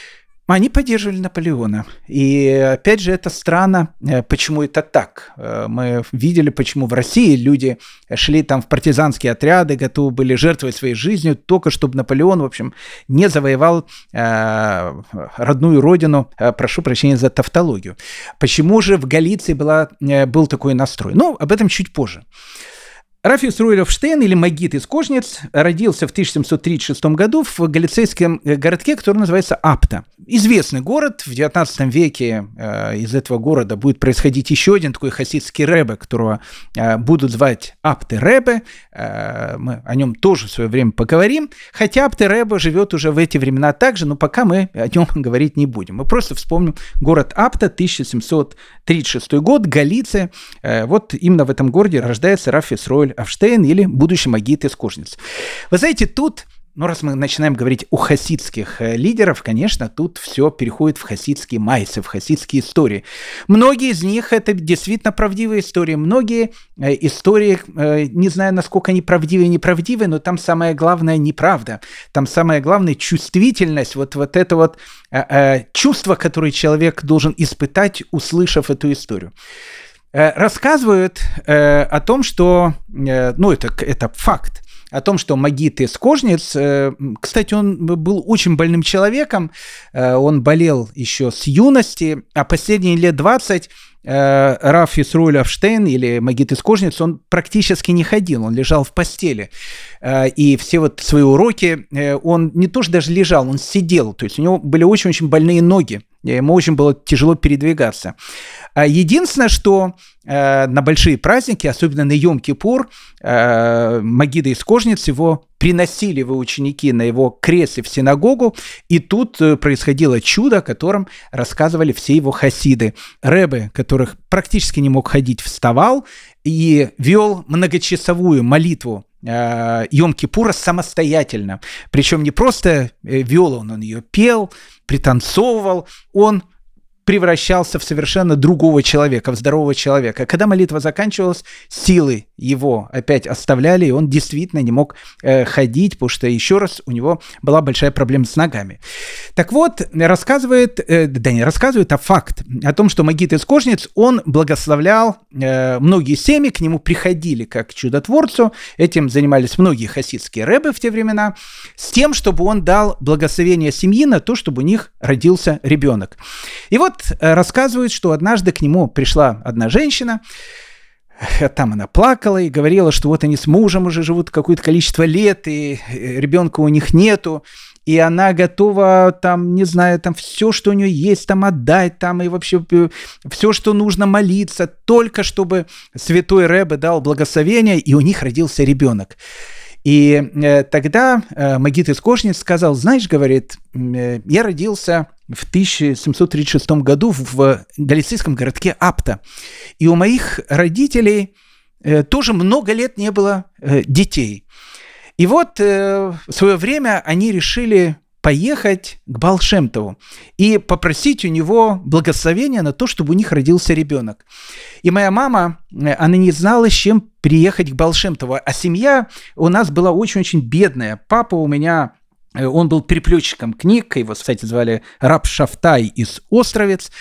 они поддерживали Наполеона. И опять же, это странно, почему это так. Мы видели, почему в России люди шли там в партизанские отряды, готовы были жертвовать своей жизнью, только чтобы Наполеон, в общем, не завоевал э, родную родину. Прошу прощения за тавтологию. Почему же в Галиции была, был такой настрой? Ну, об этом чуть позже. Рав Исроэль Офштейн, или Магид из Кожниц, родился в тысяча семьсот тридцать шестом году в галицейском городке, который называется Апта. Известный город. В девятнадцатом веке э, из этого города будет происходить еще один такой хасидский ребе, которого э, будут звать Апты Ребе. Э, мы о нем тоже в свое время поговорим. Хотя Апты Ребе живет уже в эти времена также, но пока мы о нем говорить не будем. Мы просто вспомним город Апта, тысяча семьсот тридцать шестой год, Галиция. Э, вот именно в этом городе рождается Рав Исроэль Офштейн или будущий Магид из Кожниц. Вы знаете, тут, ну раз мы начинаем говорить о хасидских э, лидеров, конечно, тут все переходит в хасидские майсы, в хасидские истории. Многие из них это действительно правдивые истории, многие э, истории, э, не знаю, насколько они правдивые, неправдивые, но там самое главное неправда, там самое главное чувствительность, вот, вот это вот э, э, чувство, которое человек должен испытать, услышав эту историю. Рассказывают э, о том, что, э, ну, это, это факт, о том, что Магид из Кожниц, э, кстати, он был очень больным человеком, э, он болел еще с юности, а последние лет двадцать э, Рав Исроэль Офштейн или Магид из Кожниц, он практически не ходил, он лежал в постели. Э, и все вот свои уроки, э, он не то что даже лежал, он сидел, то есть у него были очень-очень больные ноги. Ему очень было тяжело передвигаться. Единственное, что э, на большие праздники, особенно на Йом-Кипур, э, Магида из Кожниц, его приносили его ученики на его кресле в синагогу, и тут происходило чудо, о котором рассказывали все его хасиды. Ребе, которых практически не мог ходить, вставал и вел многочасовую молитву Йом-Кипура самостоятельно. Причем не просто вел он, он ее пел, пританцовывал, он превращался в совершенно другого человека, в здорового человека. Когда молитва заканчивалась, силы его опять оставляли, и он действительно не мог э, ходить, потому что, еще раз, у него была большая проблема с ногами. Так вот, рассказывает, э, да не рассказывает, а факт о том, что Магид из Кожниц, он благословлял э, многие семьи, к нему приходили как к чудотворцу, этим занимались многие хасидские ребе в те времена, с тем, чтобы он дал благословение семьи на то, чтобы у них родился ребенок. И вот рассказывают, что однажды к нему пришла одна женщина, там она плакала и говорила, что вот они с мужем уже живут какое-то количество лет, и ребенка у них нету, и она готова там, не знаю, там все, что у нее есть, там отдать, там и вообще все, что нужно, молиться, только чтобы святой Ребе дал благословение, и у них родился ребенок. И э, тогда э, Магид из Кошниц сказал, знаешь, говорит, э, я родился в тысяча семьсот тридцать шестом году в галицийском городке Апта, и у моих родителей э, тоже много лет не было э, детей. И вот э, в свое время они решили поехать к Баал Шем Тову и попросить у него благословения на то, чтобы у них родился ребенок. И моя мама, она не знала, с чем приехать к Баал Шем Тову, а семья у нас была очень-очень бедная. Папа у меня, он был переплетчиком книг, его, кстати, звали Раб Шафтай из Островец.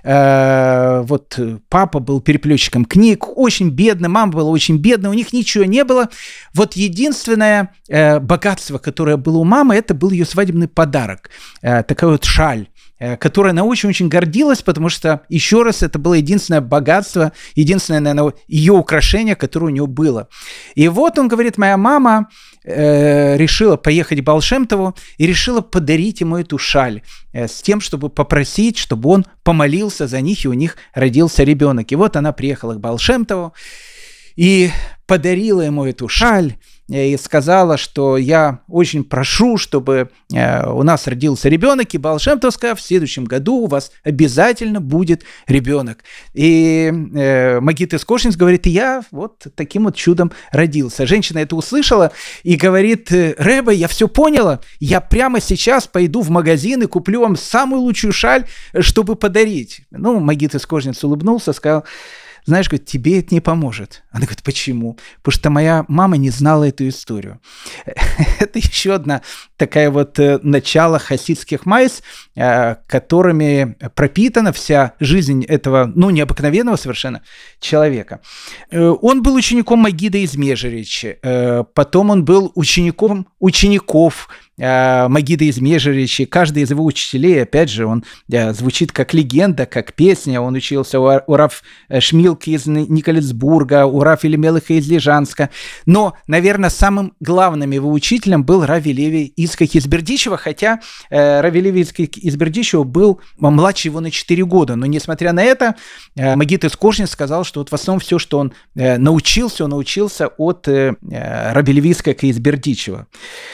Вот папа был переплетчиком книг, очень бедный, мама была очень бедная, у них ничего не было. Вот единственное богатство, которое было у мамы, это был ее свадебный подарок, такая вот шаль, которой она очень-очень гордилась, потому что, еще раз, это было единственное богатство, единственное, наверное, ее украшение, которое у нее было. И вот он говорит, моя мама э, решила поехать к Баал Шем Тову и решила подарить ему эту шаль э, с тем, чтобы попросить, чтобы он помолился за них, и у них родился ребенок. И вот она приехала к Баал Шем Тову и подарила ему эту шаль, и сказала, что я очень прошу, чтобы э, у нас родился ребенок, и Баал Шем Тов сказал, в следующем году у вас обязательно будет ребенок. И э, Магид из Кошниц говорит, я вот таким вот чудом родился. Женщина это услышала и говорит, Ребе, я все поняла, я прямо сейчас пойду в магазин и куплю вам самую лучшую шаль, чтобы подарить. Ну, Магид из Кошниц улыбнулся, сказал, знаешь, говорит, тебе это не поможет. Она говорит, почему? Потому что моя мама не знала эту историю. Это еще одна такая вот начало хасидских майс, которыми пропитана вся жизнь этого, ну, необыкновенного совершенно человека. Он был учеником Магида из Межеречи, потом он был учеником учеников Магида из Межеречи. Каждый из его учителей, опять же, он звучит как легенда, как песня. Он учился у Рав Шмилки из Николецбурга, у Рав Елемелеха из Лежанска. Но, наверное, самым главным его учителем был Рави Леви Ицхак из Бердичева, хотя Рави Леви Ицхак из Бердичева был младше его на четыре года. Но, несмотря на это, Магид из Кошниц сказал, что вот в основном все, что он научился, он научился от Рави Леви Ицхака из Бердичева.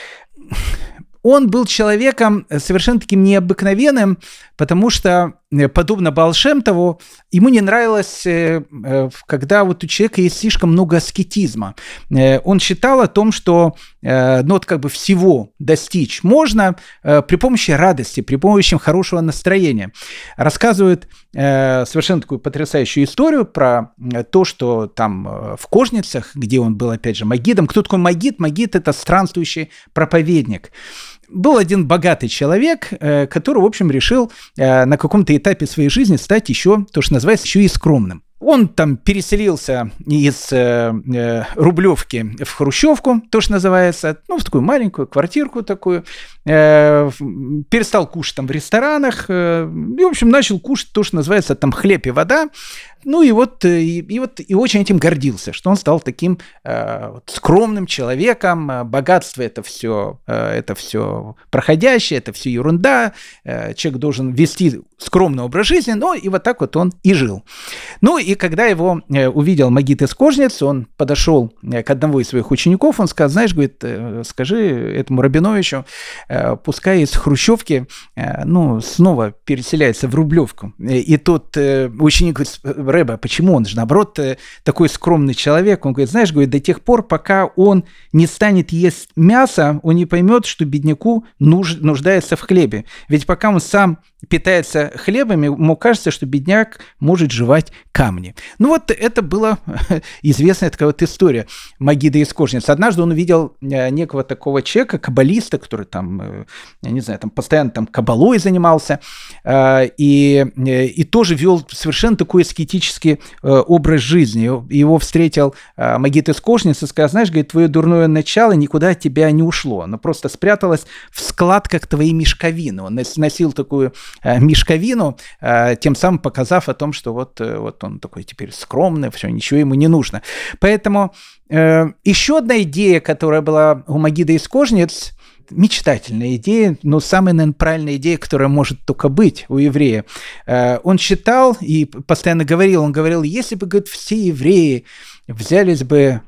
Он был человеком совершенно таким необыкновенным, потому что, подобно Баал Шем Тову, ему не нравилось, когда вот у человека есть слишком много аскетизма. Он считал о том, что ну, вот как бы всего достичь можно при помощи радости, при помощи хорошего настроения. Рассказывает совершенно такую потрясающую историю про то, что там в Кошницах, где он был, опять же, магидом. Кто такой магид? Магид – это странствующий проповедник. Был один богатый человек, который, в общем, решил на каком-то этапе своей жизни стать еще, то, что называется, еще и скромным. Он там переселился из э, э, Рублевки в Хрущевку, то, что называется, ну, в такую маленькую квартирку такую, э, перестал кушать там в ресторанах, э, и, в общем, начал кушать то, что называется там хлеб и вода, ну, и вот, и, и вот и очень этим гордился, что он стал таким э, вот, скромным человеком, богатство это все, э, это все проходящее, это все ерунда, э, человек должен вести скромный образ жизни, ну, и вот так вот он и жил. Ну, и когда его увидел Магид из Кошниц, он подошел к одному из своих учеников, он сказал, знаешь, говорит, скажи этому Рабиновичу, пускай из Хрущевки, ну, снова переселяется в Рублевку. И тот ученик говорит, Рэбе, почему он же, наоборот, такой скромный человек? Он говорит, знаешь, говорит, до тех пор, пока он не станет есть мясо, он не поймет, что бедняку нуж, нуждается в хлебе. Ведь пока он сам питается хлебами, ему кажется, что бедняк может жевать камни. Ну вот это была известная такая вот история Магида из Кошниц. Однажды он увидел некого такого человека, каббалиста, который там, я не знаю, там постоянно там каббалой занимался, и, и тоже вел совершенно такой аскетический образ жизни. Его встретил Магид из Кошниц и сказал, знаешь, говорит, твое дурное начало никуда от тебя не ушло, оно просто спряталось в складках твоей мешковины. Он носил такую мешковину, тем самым показав о том, что вот, вот он такой теперь скромный, все, ничего ему не нужно. Поэтому еще одна идея, которая была у Магида из Кожниц, мечтательная идея, но самая, наверное, правильная идея, которая может только быть у еврея. Он считал и постоянно говорил, он говорил, если бы, говорит, все евреи взялись бы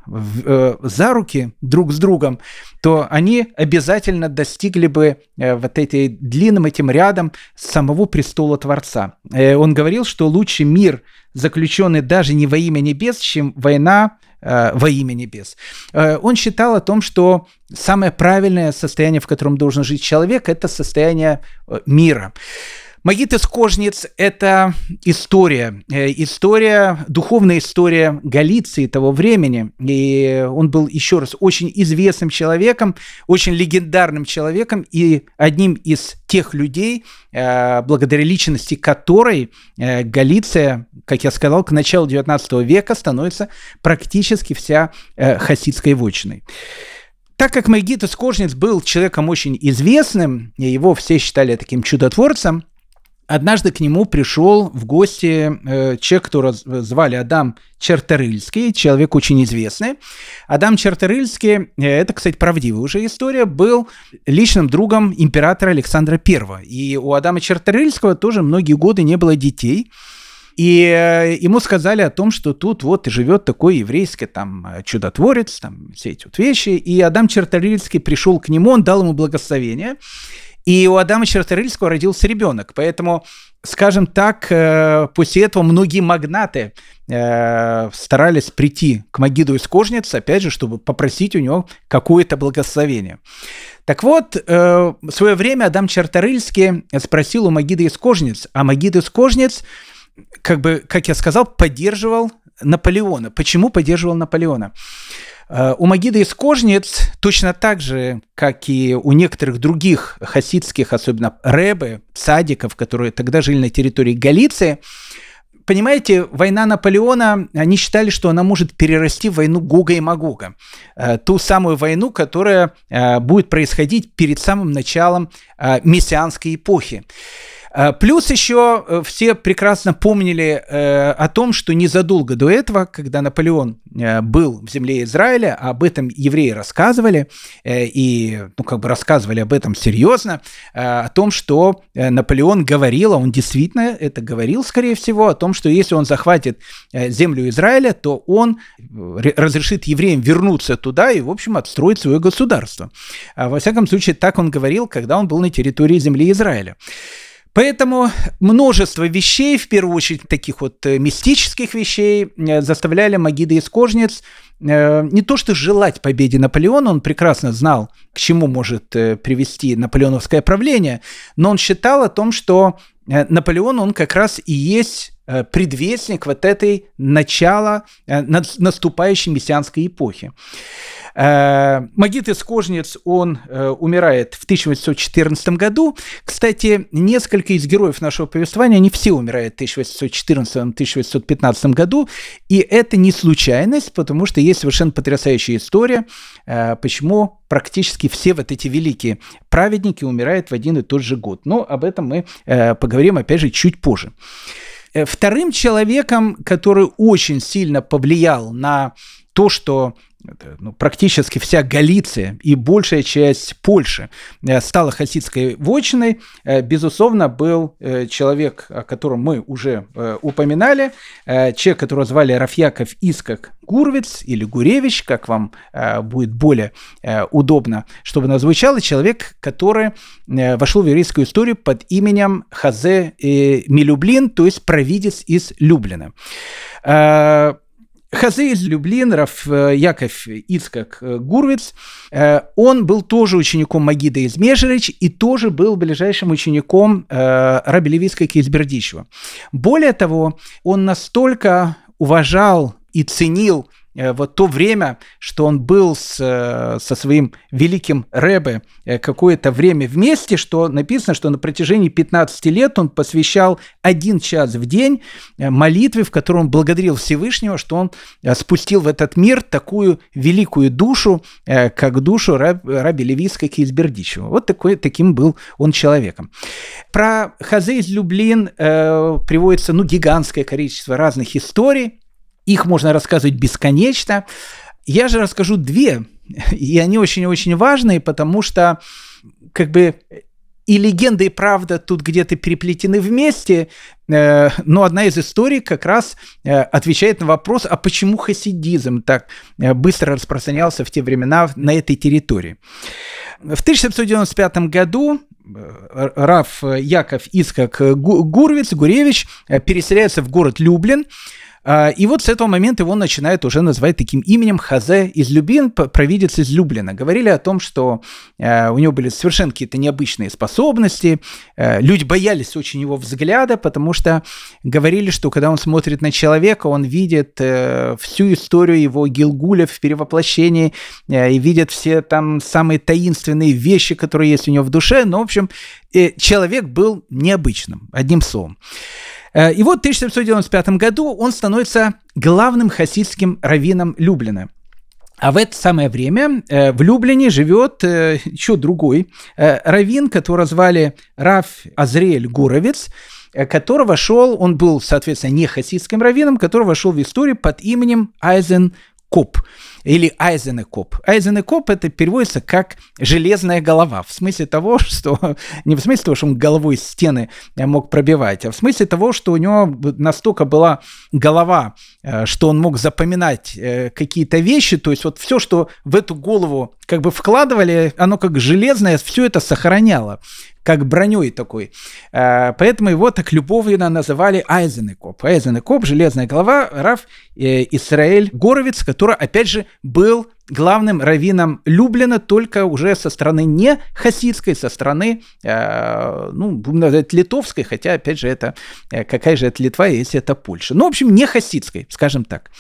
за руки друг с другом, то они обязательно достигли бы вот этой длинным этим рядом самого престола Творца. Он говорил, что лучший мир, заключенный даже не во имя небес, чем война во имя небес. Он считал о том, что самое правильное состояние, в котором должен жить человек, это состояние мира. Магид из Кожниц – это история, история, духовная история Галиции того времени. И он был, еще раз, очень известным человеком, очень легендарным человеком и одним из тех людей, благодаря личности которой Галиция, как я сказал, к началу девятнадцатого века становится практически вся хасидской вотчиной. Так как Магид из Кожниц был человеком очень известным, и его все считали таким чудотворцем, однажды к нему пришел в гости э, человек, которого звали Адам Черторыльский, человек очень известный. Адам Черторыльский, э, это, кстати, правдивая уже история, был личным другом императора Александра Первого. И у Адама Черторыльского тоже многие годы не было детей. И э, ему сказали о том, что тут вот и живет такой еврейский там чудотворец, там все эти вот вещи. И Адам Черторыльский пришел к нему, он дал ему благословение. И у Адама Черторыльского родился ребенок. Поэтому, скажем так, после этого многие магнаты старались прийти к Магиду из Кожниц, опять же, чтобы попросить у него какое-то благословение. Так вот, в свое время Адам Черторыльский спросил у Магида из Кожниц, а Магид из Кожниц, как бы, как я сказал, поддерживал Наполеона. Почему поддерживал Наполеона? У Магида из Кожниц точно так же, как и у некоторых других хасидских, особенно ребе, цадиков, которые тогда жили на территории Галиции, понимаете, война Наполеона, они считали, что она может перерасти в войну Гога и Магога. Ту самую войну, которая будет происходить перед самым началом мессианской эпохи. Плюс еще все прекрасно помнили э, о том, что незадолго до этого, когда Наполеон э, был в земле Израиля, об этом евреи рассказывали, э, и ну, как бы рассказывали об этом серьезно, э, о том, что э, Наполеон говорил, а он действительно это говорил, скорее всего, о том, что если он захватит э, землю Израиля, то он разрешит евреям вернуться туда и, в общем, отстроить свое государство. А, во всяком случае, так он говорил, когда он был на территории земли Израиля. Поэтому множество вещей, в первую очередь таких вот мистических вещей, заставляли Магида из Кожниц не то что желать победе Наполеона, он прекрасно знал, к чему может привести наполеоновское правление, но он считал о том, что Наполеон, он как раз и есть предвестник вот этой начала наступающей мессианской эпохи. Магид из Кожниц, он умирает в тысяча восемьсот четырнадцатом году. Кстати, несколько из героев нашего повествования, они все умирают в тысяча восемьсот четырнадцатом — тысяча восемьсот пятнадцатом году, и это не случайность, потому что есть совершенно потрясающая история, почему практически все вот эти великие праведники умирают в один и тот же год. Но об этом мы поговорим, опять же, чуть позже. Вторым человеком, который очень сильно повлиял на то, что ну, практически вся Галиция и большая часть Польши стала хасидской вотчиной, безусловно, был человек, о котором мы уже упоминали, человек, которого звали Рав Яков Ицхак Гурвиц или Гуревич, как вам будет более удобно, чтобы оно звучало, человек, который вошел в еврейскую историю под именем Хазе Милюблин, то есть провидец из Люблина. Хазе из Люблин, Рав Яков Ицхак Гурвиц, он был тоже учеником Магида из Межерич и тоже был ближайшим учеником раби Леви Ицхака из Бердичева. Более того, он настолько уважал и ценил вот то время, что он был с, со своим великим ребе какое-то время вместе, что написано, что на протяжении пятнадцати лет он посвящал один час в день молитве, в которой он благодарил Всевышнего, что он спустил в этот мир такую великую душу, как душу раб, раби Леви из Бердичева. Вот такой, таким был он человеком. Про Хазе из Люблин э, приводится ну, гигантское количество разных историй. Их можно рассказывать бесконечно. Я же расскажу две, и они очень-очень важные, потому что как бы и легенда, и правда тут где-то переплетены вместе, э, но одна из историй как раз э, отвечает на вопрос, а почему хасидизм так э, быстро распространялся в те времена на этой территории. В тысяча семьсот девяносто пятом году рав Яков Ицхак Гуровиц, Гуревич переселяется в город Люблин. И вот с этого момента его начинают уже называть таким именем Хазе из Люблин, провидец из Люблина. Говорили о том, что у него были совершенно какие-то необычные способности. Люди боялись очень его взгляда, потому что говорили, что когда он смотрит на человека, он видит всю историю его Гилгуля в перевоплощении и видит все там самые таинственные вещи, которые есть у него в душе. Но, в общем, человек был необычным, одним словом. И вот в тысяча семьсот девяносто пятом году он становится главным хасидским раввином Люблина. А в это самое время в Люблине живет еще другой раввин, которого звали рав Азриэль Гуровиц, который вошел, он был, соответственно, не хасидским раввином, который вошел в историю под именем Айзен Коп. Или Айзенекоп. Айзенекоп это переводится как «железная голова». В смысле того, что... Не в смысле того, что он головой стены мог пробивать, а в смысле того, что у него настолько была голова, что он мог запоминать какие-то вещи. То есть вот все, что в эту голову как бы вкладывали, оно как железное, все это сохраняло. Как броней такой. Поэтому его так любовно называли Айзенекоп. Айзенекоп, железная голова, рав Исраэль Горовиц, который, опять же, был главным раввином Люблина, только уже со стороны не хасидской, со стороны, ну, будем называть, литовской, хотя, опять же, это какая же это Литва, если это Польша. Ну, в общем, не хасидской, скажем так.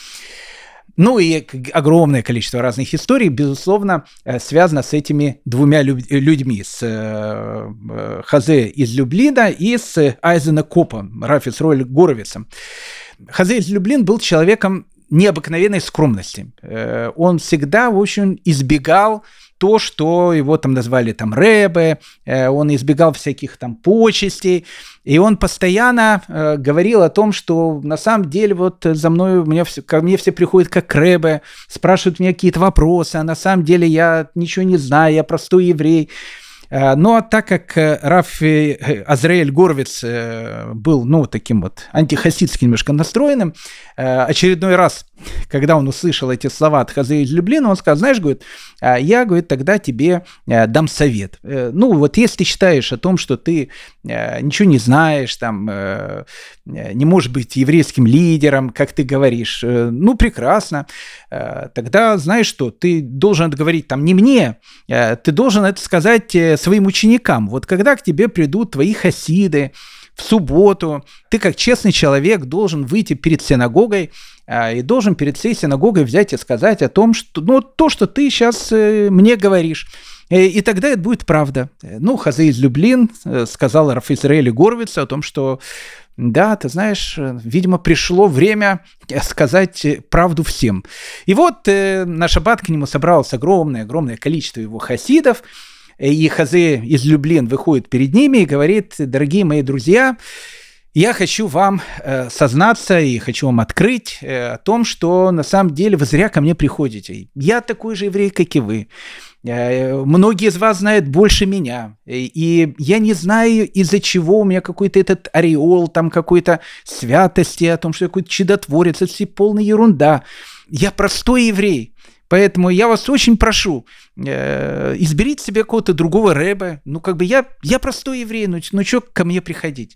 Ну и огромное количество разных историй, безусловно, связано с этими двумя людьми, с Хазе из Люблина и с Айзенекопом, рав Исраэль Горовицем. Хазе из Люблин был человеком необыкновенной скромности. Он всегда, в общем, избегал то, что его там назвали там рэбе, он избегал всяких там почестей, и он постоянно э, говорил о том, что на самом деле вот за мной, у меня все, ко мне все приходят как рэбе, спрашивают меня какие-то вопросы, а на самом деле я ничего не знаю, я простой еврей. Но так как рав Азриэль Горовиц был, ну, таким вот антихасидским немножко настроенным, очередной раз, когда он услышал эти слова от Хазе из Люблина, он сказал, знаешь, говорит, я, говорит, тогда тебе дам совет. Ну, вот если ты считаешь о том, что ты ничего не знаешь, там, не можешь быть еврейским лидером, как ты говоришь, ну, прекрасно, тогда знаешь что, ты должен это говорить там не мне, ты должен это сказать своим ученикам. Вот когда к тебе придут твои хасиды в субботу, ты как честный человек должен выйти перед синагогой а, и должен перед всей синагогой взять и сказать о том, что ну, то, что ты сейчас э, мне говоришь. И, и тогда это будет правда. Ну, Хазе из Люблин э, сказал рав Исраэлю Горовицу о том, что да, ты знаешь, видимо, пришло время сказать правду всем. И вот э, на шаббат к нему собралось огромное-огромное количество его хасидов, и Хазе из Люблин выходит перед ними и говорит, дорогие мои друзья, я хочу вам э, сознаться и хочу вам открыть э, о том, что на самом деле вы зря ко мне приходите. Я такой же еврей, как и вы. Э, многие из вас знают больше меня. И я не знаю, из-за чего у меня какой-то этот ореол, там какой-то святости, о том, что я какой-то чудотворец. Это все полная ерунда. Я простой еврей. Поэтому я вас очень прошу, э, изберите себе какого-то другого рэбе. Ну, как бы я, я простой еврей, ну, ну что ко мне приходить?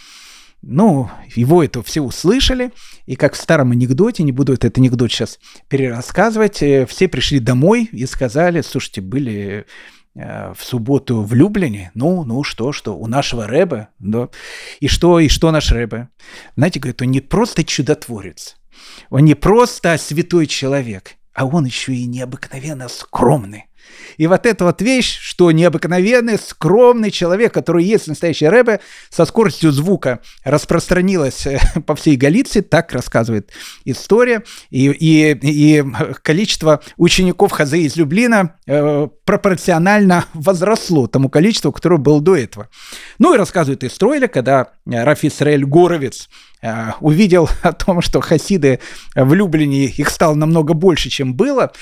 Ну, его это все услышали, и как в старом анекдоте, не буду этот анекдот сейчас перерассказывать, э, все пришли домой и сказали, слушайте, были э, в субботу в Люблине, ну, ну, что, что, у нашего рэбе, да, и что, и что наш рэбе? Знаете, говорит, он не просто чудотворец, Он не просто святой человек, а он еще и необыкновенно скромный. И вот эта вот вещь, что необыкновенный, скромный человек, который есть настоящий Ребе, со скоростью звука распространилась по всей Галиции, так рассказывает история, и, и, и количество учеников Хазе из Люблина э, пропорционально возросло тому количеству, которое было до этого. Ну и рассказывает история, когда Рав Исраэль Горовец э, увидел о том, что хасиды в Люблине, их стало намного больше, чем было.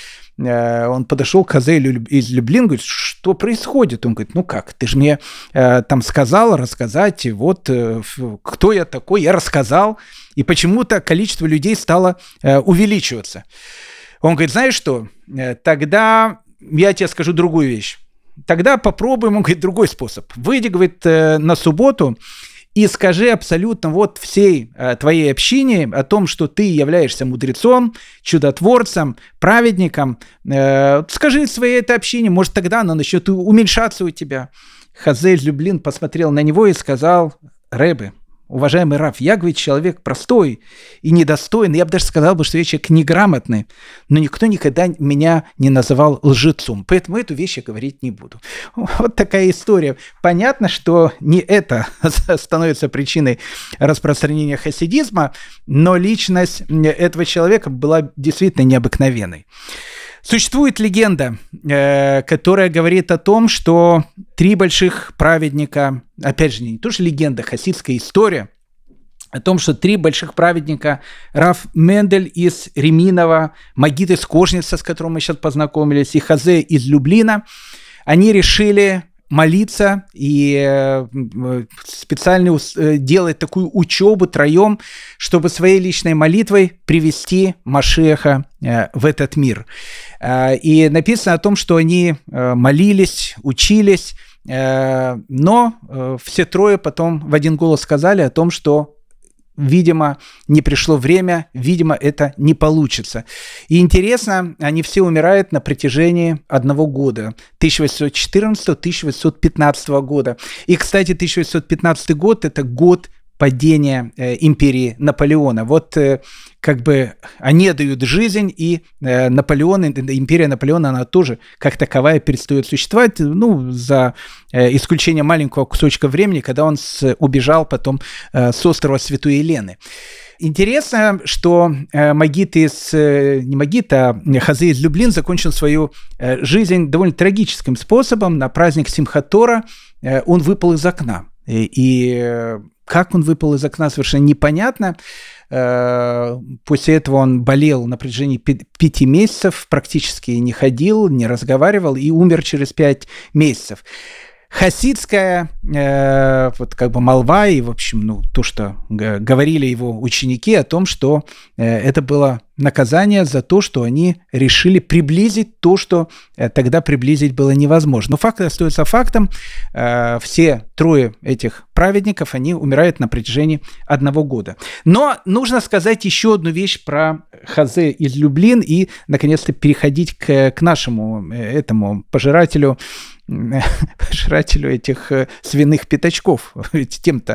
Он подошел к Хазе из Люблина, говорит, что происходит? Он говорит, ну как, ты же мне э, там сказал рассказать, вот э, кто я такой, я рассказал, и почему-то количество людей стало э, увеличиваться. Он говорит, знаешь что, э, тогда я тебе скажу другую вещь. Тогда попробуем, он говорит, другой способ. Выйди, говорит, э, на субботу и скажи абсолютно вот всей э, твоей общине о том, что ты являешься мудрецом, чудотворцем, праведником. Э, скажи своей этой общине, может, тогда она начнет уменьшаться у тебя. Хазе из Люблин посмотрел на него и сказал, Ребе, уважаемый Рав, я, говорит, человек простой и недостойный, я бы даже сказал, что я человек неграмотный, но никто никогда меня не называл лжецом, поэтому эту вещь я говорить не буду. Вот такая история. Понятно, что не это становится причиной распространения хасидизма, но личность этого человека была действительно необыкновенной. Существует легенда, э, которая говорит о том, что три больших праведника, опять же, не то что легенда, хасидская история, о том, что три больших праведника, Рав Мендель из Реминова, Магид из Кожница, с которым мы сейчас познакомились, и Хазе из Люблина, они решили молиться и специально делать такую учебу троем, чтобы своей личной молитвой привести Машиаха в этот мир. И написано о том, что они молились, учились, но все трое потом в один голос сказали о том, что видимо, не пришло время, видимо, это не получится. И интересно, они все умирают на протяжении одного года, тысяча восемьсот четырнадцатого — тысяча восемьсот пятнадцатого года. И, кстати, тысяча восемьсот пятнадцатый год – это год падения э, империи Наполеона. Вот э, как бы они дают жизнь, и э, Наполеон, империя Наполеона, она тоже как таковая перестает существовать, ну, за э, исключением маленького кусочка времени, когда он с, убежал потом э, с острова Святой Елены. Интересно, что э, Магид из, э, не Магид, а Хазе из Люблин закончил свою э, жизнь довольно трагическим способом. На праздник Симхат Тора э, он выпал из окна. И, и э, как он выпал из окна, совершенно непонятно. Э, после этого он болел на протяжении пи- пяти месяцев, практически не ходил, не разговаривал и умер через пять месяцев. Хасидская э, вот как бы молва и, в общем, ну, то, что г- говорили его ученики о том, что э, это было наказание за то, что они решили приблизить то, что э, тогда приблизить было невозможно. Но факт остается фактом. Э, все трое этих праведников, они умирают на протяжении одного года. Но нужно сказать еще одну вещь про Хазе из Люблин и, наконец-то, переходить к, к нашему этому пожирателю пожирателю этих э, свиных пятачков. Ведь тем-то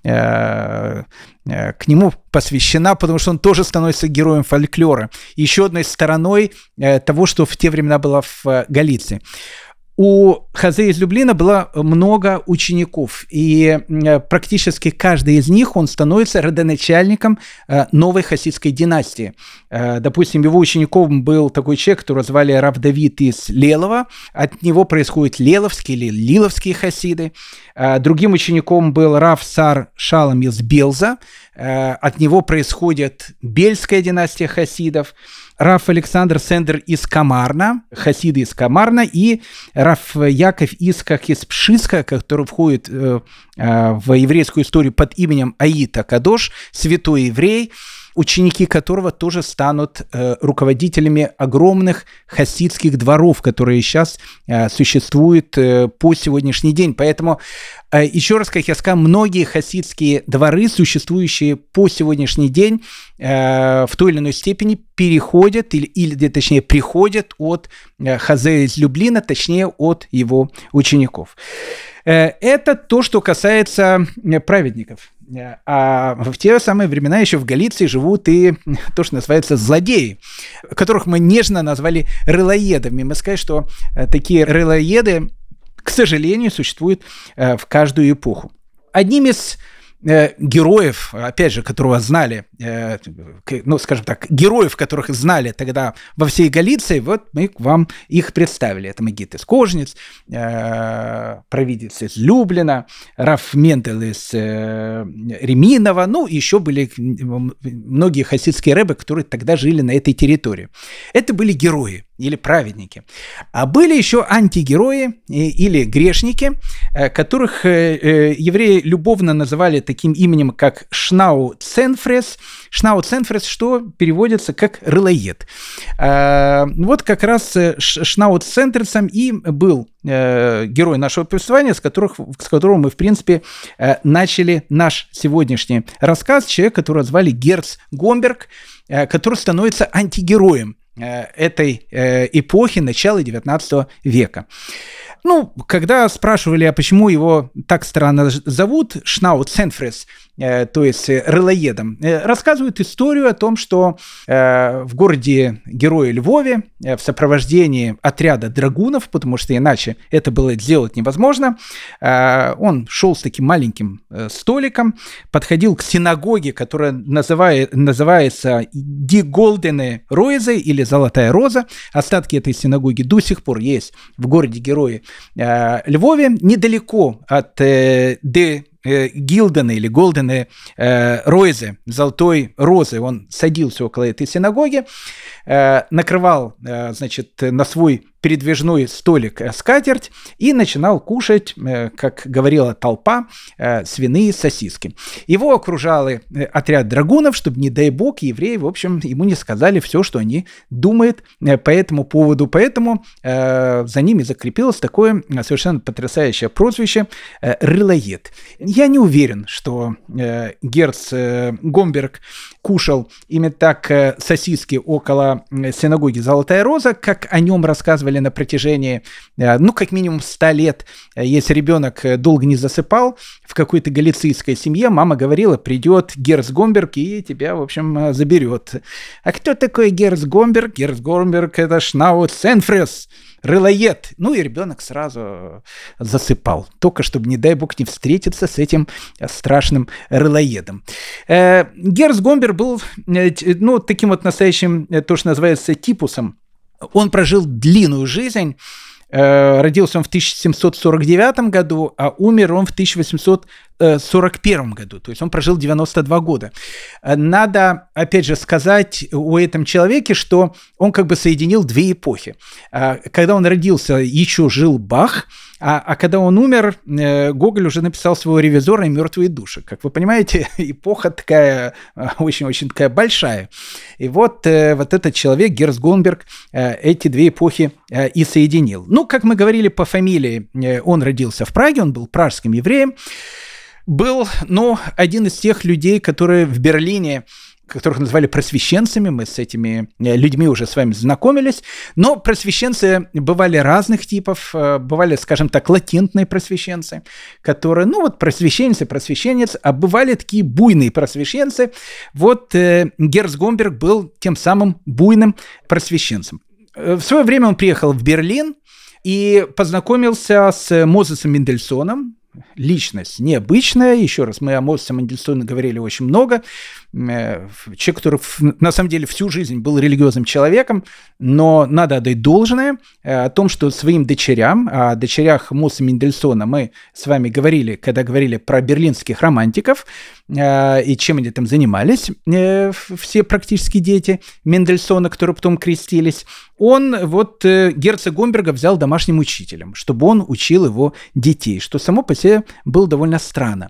э, э, к нему посвящена, потому что он тоже становится героем фольклора. Еще одной стороной э, того, что в те времена было в э, Галиции. У Хазе из Люблина было много учеников, и практически каждый из них, он становится родоначальником новой хасидской династии. Допустим, его учеником был такой человек, которого звали Рав Давид из Лелова, от него происходят леловские или лиловские хасиды. Другим учеником был Рав Сар Шалом из Белза, от него происходит Бельская династия хасидов. Рав Александр Сендер из Камарна, хасиды из Камарна, и Рав Яков Ицхак из Пшиска, который входит э, э, в еврейскую историю под именем Аид а-Кадош, святой еврей, ученики которого тоже станут э, руководителями огромных хасидских дворов, которые сейчас э, существуют э, по сегодняшний день. Поэтому, э, еще раз, как я сказал, многие хасидские дворы, существующие по сегодняшний день, э, в той или иной степени переходят, или, или точнее, приходят от э, Хазе из Люблина, точнее, от его учеников. Это то, что касается праведников. А в те самые времена еще в Галиции живут и то, что называется злодеи, которых мы нежно назвали рылоедами. Мы сказали, что такие рылоеды, к сожалению, существуют в каждую эпоху. Одним из героев, опять же, которого знали, ну, скажем так, героев, которых знали тогда во всей Галиции, вот мы вам их представили. Это Мегит из Кожниц, провидец из Люблина, Раф Мендел из Реминова, ну, еще были многие хасидские рэбы, которые тогда жили на этой территории. Это были герои или праведники. А были еще антигерои или грешники, которых евреи любовно называли таким именем, как Шнау-Ценфрес. Шнау-Ценфрес, что переводится как рылоед. Вот как раз Шнау-Ценфресом и был герой нашего повествования, с, которых, с которого мы, в принципе, начали наш сегодняшний рассказ. Человек, которого звали Герц Гомберг, который становится антигероем этой эпохи, начала девятнадцатого века. Ну, когда спрашивали, а почему его так странно зовут, Шнау-Ценфрес, э, то есть рылоедом, э, рассказывают историю о том, что э, в городе Герое Львове э, в сопровождении отряда драгунов, потому что иначе это было сделать невозможно, э, он шел с таким маленьким э, столиком, подходил к синагоге, которая называет, называется «Ди Голдене Ройзе» или «Золотая роза». Остатки этой синагоги до сих пор есть в городе Герое Львове, недалеко от э, Де э, Гилдена или Голдене э, Ройзе, Золотой розы. Он садился около этой синагоги, э, накрывал, э, значит, на свой передвижной столик скатерть и начинал кушать, как говорила толпа, свиные сосиски. Его окружал отряд драгунов, чтобы, не дай бог, евреи, в общем, ему не сказали все, что они думают по этому поводу. Поэтому за ними закрепилось такое совершенно потрясающее прозвище «рылоед». Я не уверен, что Герц Гомберг кушал именно так сосиски около синагоги «Золотая роза», как о нем рассказывали на протяжении, ну, как минимум ста лет. Если ребенок долго не засыпал в какой-то галицийской семье, мама говорила, придет Герц Гомберг и тебя, в общем, заберет. А кто такой Герц Гомберг? Герц Гомберг — это Шнау-Ценфрес, рылоед. Ну и ребенок сразу засыпал, только чтобы, не дай бог, не встретиться с этим страшным рылоедом. Герц Гомберг был, ну, таким вот настоящим, то, что называется, типусом. Он прожил длинную жизнь. Родился он в тысяча семьсот сорок девятом году, а умер он в тысяча восемьсот сорок первом году. То есть он прожил девяносто два года. Надо, опять же, сказать о этом человеке, что он как бы соединил две эпохи. Когда он родился, еще жил Бах, а, а когда он умер, Гоголь уже написал своего «Ревизора» и «Мертвые души». Как вы понимаете, эпоха такая, очень-очень такая большая. И вот, вот этот человек, Герц Гомберг, эти две эпохи и соединил. Ну, как мы говорили по фамилии, он родился в Праге, он был пражским евреем. Был, ну, один из тех людей, которые в Берлине, которых называли просвещенцами, мы с этими людьми уже с вами знакомились, но просвещенцы бывали разных типов, бывали, скажем так, латентные просвещенцы, которые, ну вот просвещенец, просвещенец, а бывали такие буйные просвещенцы. Вот э, Герц Гомберг был тем самым буйным просвещенцем. В свое время он приехал в Берлин и познакомился с Мозесом Мендельсоном. Личность необычная. Еще раз, мы о Мозесе Мендельсоне говорили очень много. Человек, который на самом деле всю жизнь был религиозным человеком, но надо отдать должное о том, что своим дочерям, о дочерях Мозеса Мендельсона мы с вами говорили, когда говорили про берлинских романтиков и чем они там занимались, все практически дети Мендельсона, которые потом крестились. Он вот герцога Гомберга взял домашним учителем, чтобы он учил его детей, что само по себе было довольно странно.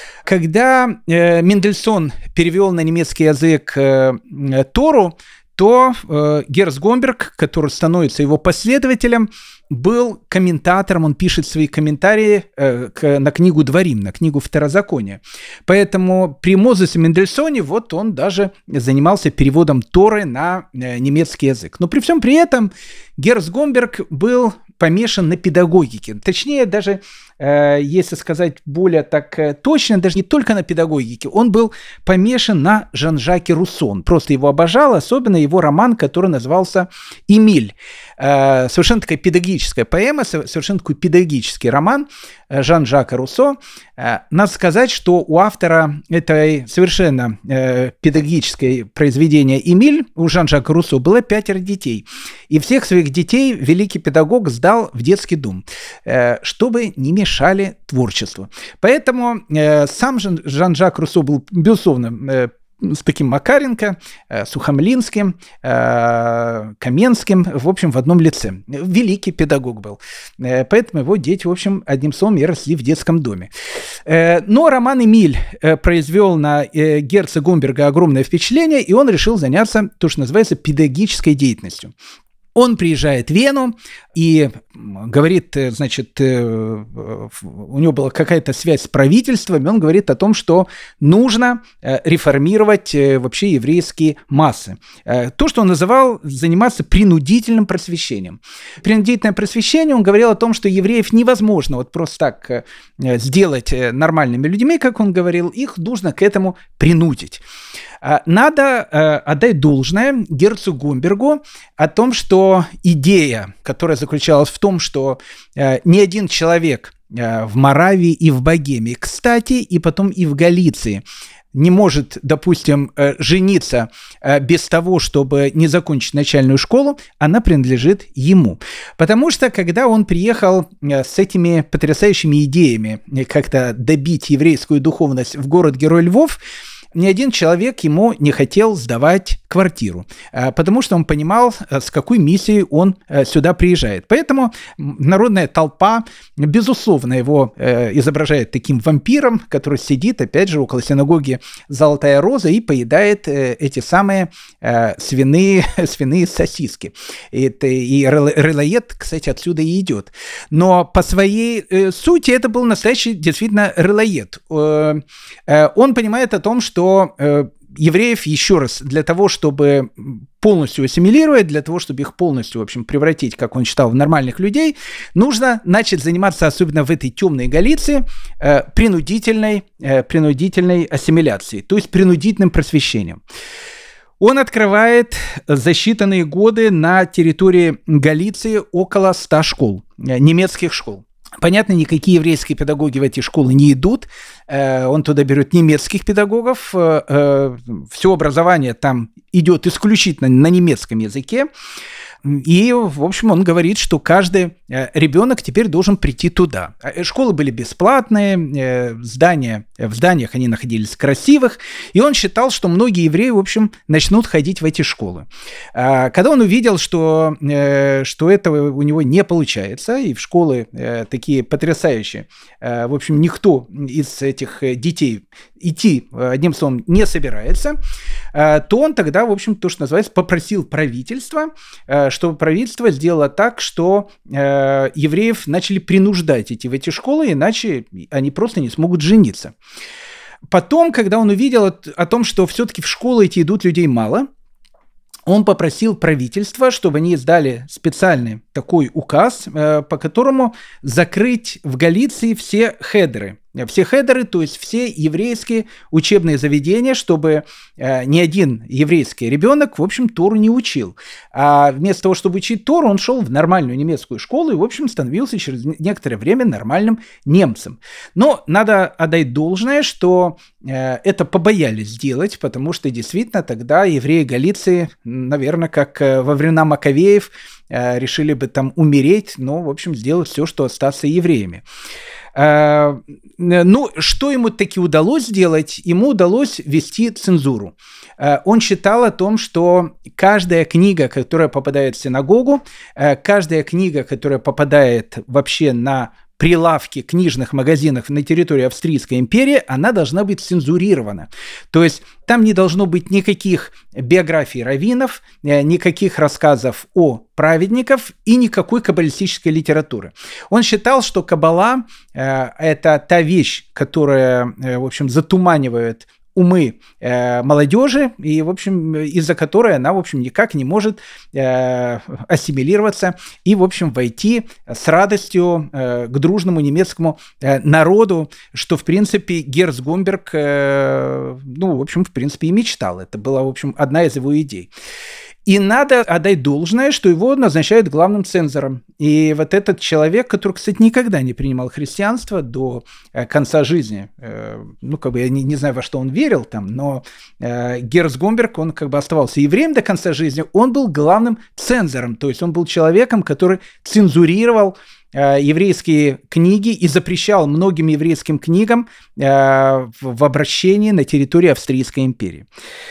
Когда э, Мендельсон перевел на немецкий язык э, Тору, то э, Герц Гомберг, который становится его последователем, был комментатором, он пишет свои комментарии э, к, на книгу Дворим, на книгу Второзакония. Поэтому при Мозесе Мендельсоне вот он даже занимался переводом Торы на э, немецкий язык. Но при всем при этом Герц Гомберг был помешан на педагогике. Точнее, даже если сказать более так точно, даже не только на педагогике, он был помешан на Жан-Жаке Руссо. Он просто его обожал, особенно его роман, который назывался «Эмиль». Совершенно такая педагогическая поэма, совершенно такой педагогический роман Жан-Жака Руссо. Надо сказать, что у автора этой совершенно педагогической произведения «Эмиль», у Жан-Жака Руссо, было пятеро детей. И всех своих детей великий педагог сдал в детский дом, чтобы не мешали творчеству. Поэтому сам Жан-Жак Руссо был, безусловно, с таким Макаренко, Сухомлинским, Каменским, в общем, в одном лице. Великий педагог был. Поэтому его дети, в общем, одним словом, и росли в детском доме. Но роман «Эмиль» произвел на герцога Гумберга огромное впечатление, и он решил заняться то, что называется педагогической деятельностью. Он приезжает в Вену и говорит, значит, у него была какая-то связь с правительством, и он говорит о том, что нужно реформировать вообще еврейские массы. То, что он называл заниматься принудительным просвещением. Принудительное просвещение, он говорил о том, что евреев невозможно вот просто так сделать нормальными людьми, как он говорил, их нужно к этому принудить. Надо отдать должное герцогу Гумбергу о том, что идея, которая заключалась в том, что ни один человек в Моравии и в Богемии, кстати, и потом и в Галиции, не может, допустим, жениться без того, чтобы не закончить начальную школу, она принадлежит ему. Потому что, когда он приехал с этими потрясающими идеями как-то добить еврейскую духовность в город-герой Львов, ни один человек ему не хотел сдавать квартиру, потому что он понимал, с какой миссией он сюда приезжает. Поэтому народная толпа, безусловно, его изображает таким вампиром, который сидит, опять же, около синагоги «Золотая роза» и поедает эти самые свиные, свиные сосиски. И, и релоед, кстати, отсюда и идет. Но по своей сути это был настоящий, действительно, релоед. Он понимает о том, что евреев, еще раз, для того, чтобы полностью ассимилировать, для того, чтобы их полностью, в общем, превратить, как он считал, в нормальных людей, нужно начать заниматься, особенно в этой темной Галиции, принудительной, принудительной ассимиляцией, то есть принудительным просвещением. Он открывает за считанные годы на территории Галиции около ста школ, немецких школ. Понятно, никакие еврейские педагоги в эти школы не идут. Он туда берет немецких педагогов. Все образование там идет исключительно на немецком языке. И, в общем, он говорит, что каждый ребенок теперь должен прийти туда. Школы были бесплатные, здания, в зданиях они находились красивых, и он считал, что многие евреи, в общем, начнут ходить в эти школы. Когда он увидел, что, что этого у него не получается, и в школы такие потрясающие, в общем, никто из этих детей идти, одним словом, не собирается, то он тогда, в общем, то, что называется, попросил правительство, чтобы правительство сделало так, что э, евреев начали принуждать идти в эти школы, иначе они просто не смогут жениться. Потом, когда он увидел о, о том, что все-таки в школы эти идут людей мало, он попросил правительство, чтобы они издали специальный такой указ, э, по которому закрыть в Галиции все хедеры. Все хедеры, то есть все еврейские учебные заведения, чтобы э, ни один еврейский ребенок, в общем, Тору не учил. А вместо того, чтобы учить Тору, он шел в нормальную немецкую школу и, в общем, становился через некоторое время нормальным немцем. Но надо отдать должное, что э, это побоялись сделать, потому что действительно тогда евреи Галиции, наверное, как э, во времена Маковеев, э, решили бы там умереть, но, в общем, сделать все, что остаться евреями. Ну, что ему таки удалось сделать? Ему удалось ввести цензуру. Он считал о том, что каждая книга, которая попадает в синагогу, каждая книга, которая попадает вообще на прилавки книжных магазинов на территории Австрийской империи, она должна быть цензурирована. То есть там не должно быть никаких биографий раввинов, никаких рассказов о праведников и никакой каббалистической литературы. Он считал, что каббала э, – это та вещь, которая, э, в общем, затуманивает умы э, молодежи, и, в общем, из-за которой она, в общем, никак не может э, ассимилироваться и, в общем, войти с радостью э, к дружному немецкому э, народу, что, в принципе, Герц Гомберг, э, ну, в общем, в принципе, и мечтал. Это была, в общем, одна из его идей. И надо отдать должное, что его назначают главным цензором. И вот этот человек, который, кстати, никогда не принимал христианство до э, конца жизни, э, ну, как бы я не, не знаю, во что он верил там, но э, Герц Гомберг, он как бы оставался евреем до конца жизни, он был главным цензором, то есть он был человеком, который цензурировал э, еврейские книги и запрещал многим еврейским книгам э, в, в обращении на территории Австрийской империи.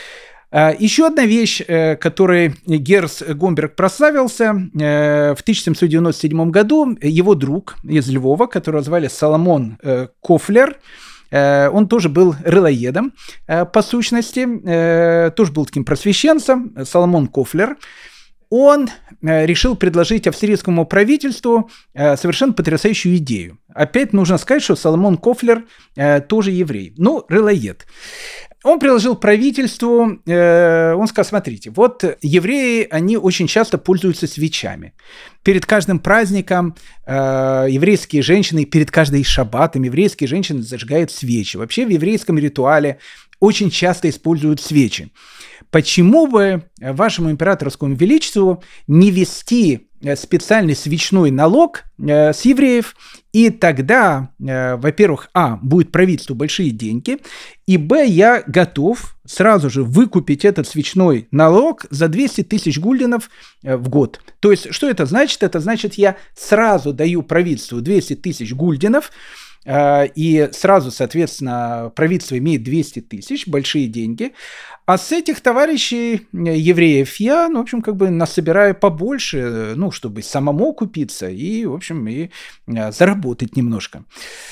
Еще одна вещь, которой Герц Гомберг прославился, в тысяча семьсот девяносто седьмом году его друг из Львова, которого звали Соломон Кофлер, он тоже был рылоедом по сущности, тоже был таким просвещенцем, Соломон Кофлер. Он решил предложить австрийскому правительству совершенно потрясающую идею. Опять нужно сказать, что Соломон Кофлер тоже еврей, ну, рылоед. Он предложил правительству, э, он сказал, смотрите, вот евреи, они очень часто пользуются свечами. Перед каждым праздником э, еврейские женщины, перед каждым шаббатом еврейские женщины зажигают свечи. Вообще в еврейском ритуале очень часто используют свечи. Почему бы вашему императорскому величеству не ввести специальный свечной налог э, с евреев, и тогда, э, во-первых, а, будет правительству большие деньги, и б, я готов сразу же выкупить этот свечной налог за двести тысяч гульденов э, в год. То есть, что это значит? Это значит, я сразу даю правительству двести тысяч гульденов, э, и сразу, соответственно, правительство имеет двести тысяч, большие деньги. А с этих товарищей евреев я, ну, в общем, как бы насобираю побольше, ну, чтобы самому купиться и, в общем, и заработать немножко.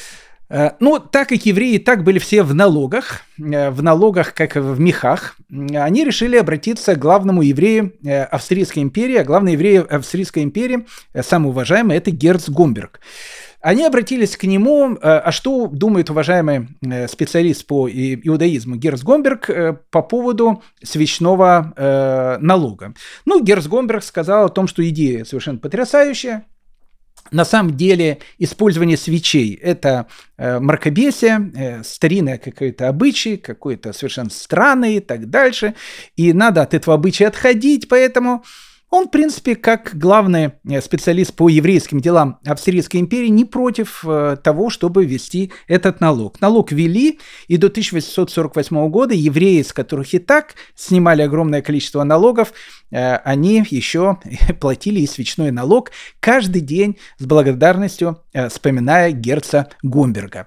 Ну, так как евреи и так были все в налогах, в налогах, как в мехах, они решили обратиться к главному еврею Австрийской империи, а главный еврей Австрийской империи, самый уважаемый, это Герц Гомберг. Они обратились к нему, а что думает уважаемый специалист по иудаизму Герц Гомберг по поводу свечного э, налога. Ну, Герц Гомберг сказал о том, что идея совершенно потрясающая. На самом деле использование свечей – это э, мракобесие, э, старинное какой-то обычай, какой-то совершенно странный и так дальше. И надо от этого обычая отходить, поэтому... Он, в принципе, как главный специалист по еврейским делам Австрийской империи, не против того, чтобы ввести этот налог. Налог ввели, и до тысяча восемьсот сорок восьмого года евреи, с которых и так снимали огромное количество налогов, они еще платили и свечной налог каждый день с благодарностью, вспоминая Герца Гомберга.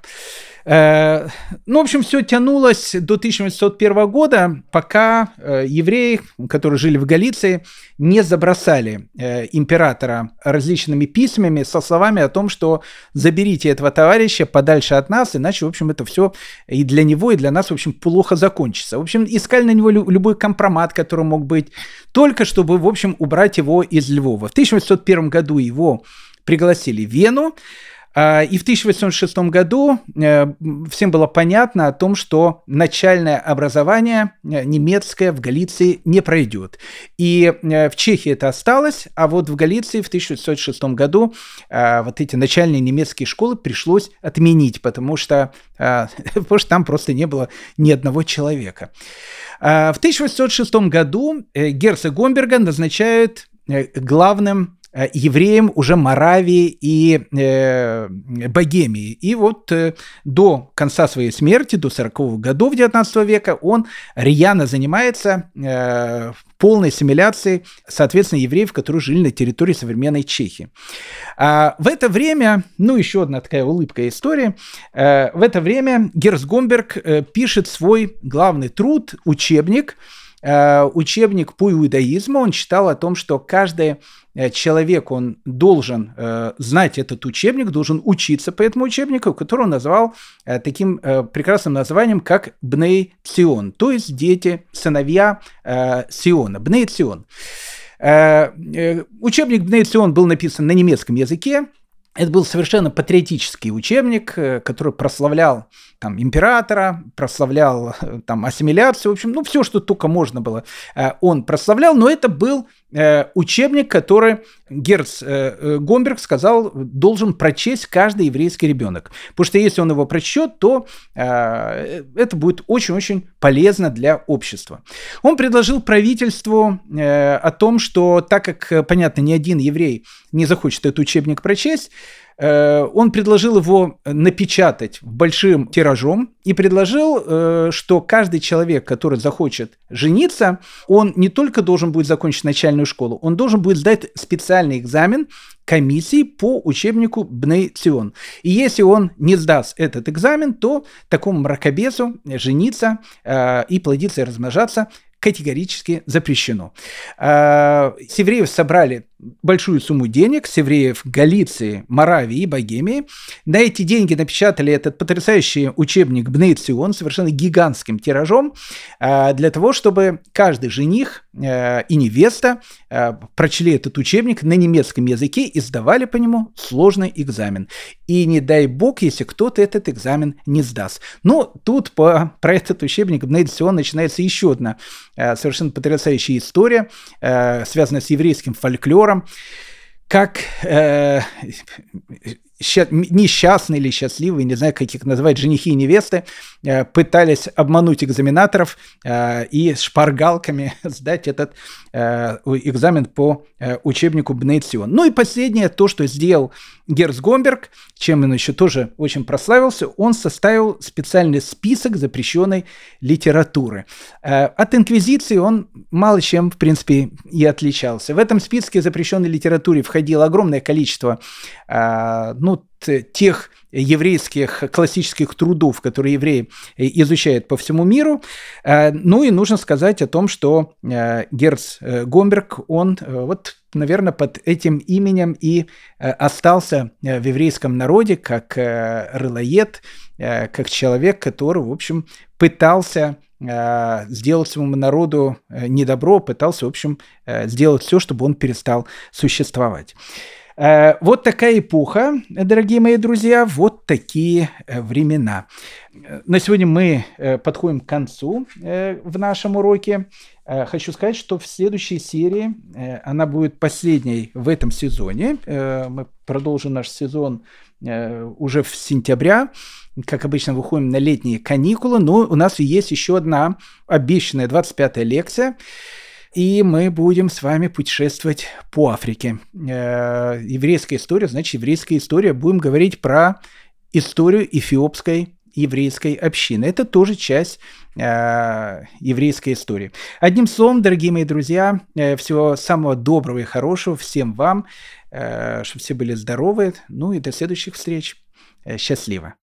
Ну, в общем, все тянулось до тысяча восемьсот первого года, пока евреи, которые жили в Галиции, не забросали императора различными письмами со словами о том, что заберите этого товарища подальше от нас, иначе, в общем, это все и для него, и для нас, в общем, плохо закончится. В общем, искали на него любой компромат, который мог быть, только чтобы, в общем, убрать его из Львова. В тысяча восемьсот первом году его пригласили в Вену, и в тысяча восемьсот шестом году всем было понятно о том, что начальное образование немецкое в Галиции не пройдет. И в Чехии это осталось, а вот в Галиции в тысяча восемьсот шестом году вот эти начальные немецкие школы пришлось отменить, потому что, потому что там просто не было ни одного человека. В тысяча восемьсот шестом году Герца Гомберга назначают главным евреям уже Моравии и э, Богемии. И вот э, до конца своей смерти, до сороковых годов девятнадцатого века, он рьяно занимается э, полной ассимиляцией, соответственно, евреев, которые жили на территории современной Чехии. А в это время, ну, еще одна такая улыбкая история, э, в это время Герц Гомберг э, пишет свой главный труд, учебник, э, учебник по иудаизму. Он читал о том, что каждый человек, он должен э, знать этот учебник, должен учиться по этому учебнику, который он назвал э, таким э, прекрасным названием, как Бней Цион, то есть дети, сыновья э, Сиона, Бней Цион. Э, э, учебник Бней Цион был написан на немецком языке, Это был совершенно патриотический учебник, который прославлял там императора, прославлял там ассимиляцию, в общем, ну, все, что только можно было, он прославлял, но это был учебник, который Герц Гомберг сказал, должен прочесть каждый еврейский ребенок. Потому что если он его прочтет, то это будет очень-очень полезно для общества. Он предложил правительству о том, что так как, понятно, ни один еврей не захочет этот учебник прочесть, он предложил его напечатать большим тиражом и предложил, что каждый человек, который захочет жениться, он не только должен будет закончить начальную школу, он должен будет сдать специальный экзамен комиссии по учебнику Бней Цион. И если он не сдаст этот экзамен, то такому мракобесу жениться и плодиться и размножаться категорически запрещено. С евреев собрали большую сумму денег, с евреев Галиции, Моравии и Богемии. На эти деньги напечатали этот потрясающий учебник Бней Цион совершенно гигантским тиражом для того, чтобы каждый жених и невеста прочли этот учебник на немецком языке и сдавали по нему сложный экзамен. И не дай бог, если кто-то этот экзамен не сдаст. Но тут по, про этот учебник Бней Цион начинается еще одна совершенно потрясающая история, связанная с еврейским фольклором, как э, несчастные или счастливые, не знаю, как их называть, женихи и невесты, э, пытались обмануть экзаменаторов э, и шпаргалками сдать этот э, экзамен по э, учебнику Бней Цион. Ну и последнее, то, что сделал Герц Гомберг, чем он еще тоже очень прославился, он составил специальный список запрещенной литературы. Э, от инквизиции он мало чем, в принципе, и отличался. В этом списке запрещенной литературы входило огромное количество э, ну, тех еврейских классических трудов, которые евреи изучают по всему миру. Ну и нужно сказать о том, что Герц Гомберг, он вот, наверное, под этим именем и остался в еврейском народе как рылоед, как человек, который, в общем, пытался сделать своему народу недобро, пытался, в общем, сделать все, чтобы он перестал существовать. Вот такая эпоха, дорогие мои друзья, вот такие времена. На сегодня мы подходим к концу в нашем уроке. Хочу сказать, что в следующей серии, она будет последней в этом сезоне, мы продолжим наш сезон уже в сентябре, как обычно, выходим на летние каникулы, но у нас есть еще одна обещанная двадцать пятая лекция, и мы будем с вами путешествовать по Африке. Э, еврейская история, значит, еврейская история. Будем говорить про историю эфиопской еврейской общины. Это тоже часть э, еврейской истории. Одним словом, дорогие мои друзья, э, всего самого доброго и хорошего всем вам, э, чтобы все были здоровы. Ну и до следующих встреч. Э, счастливо.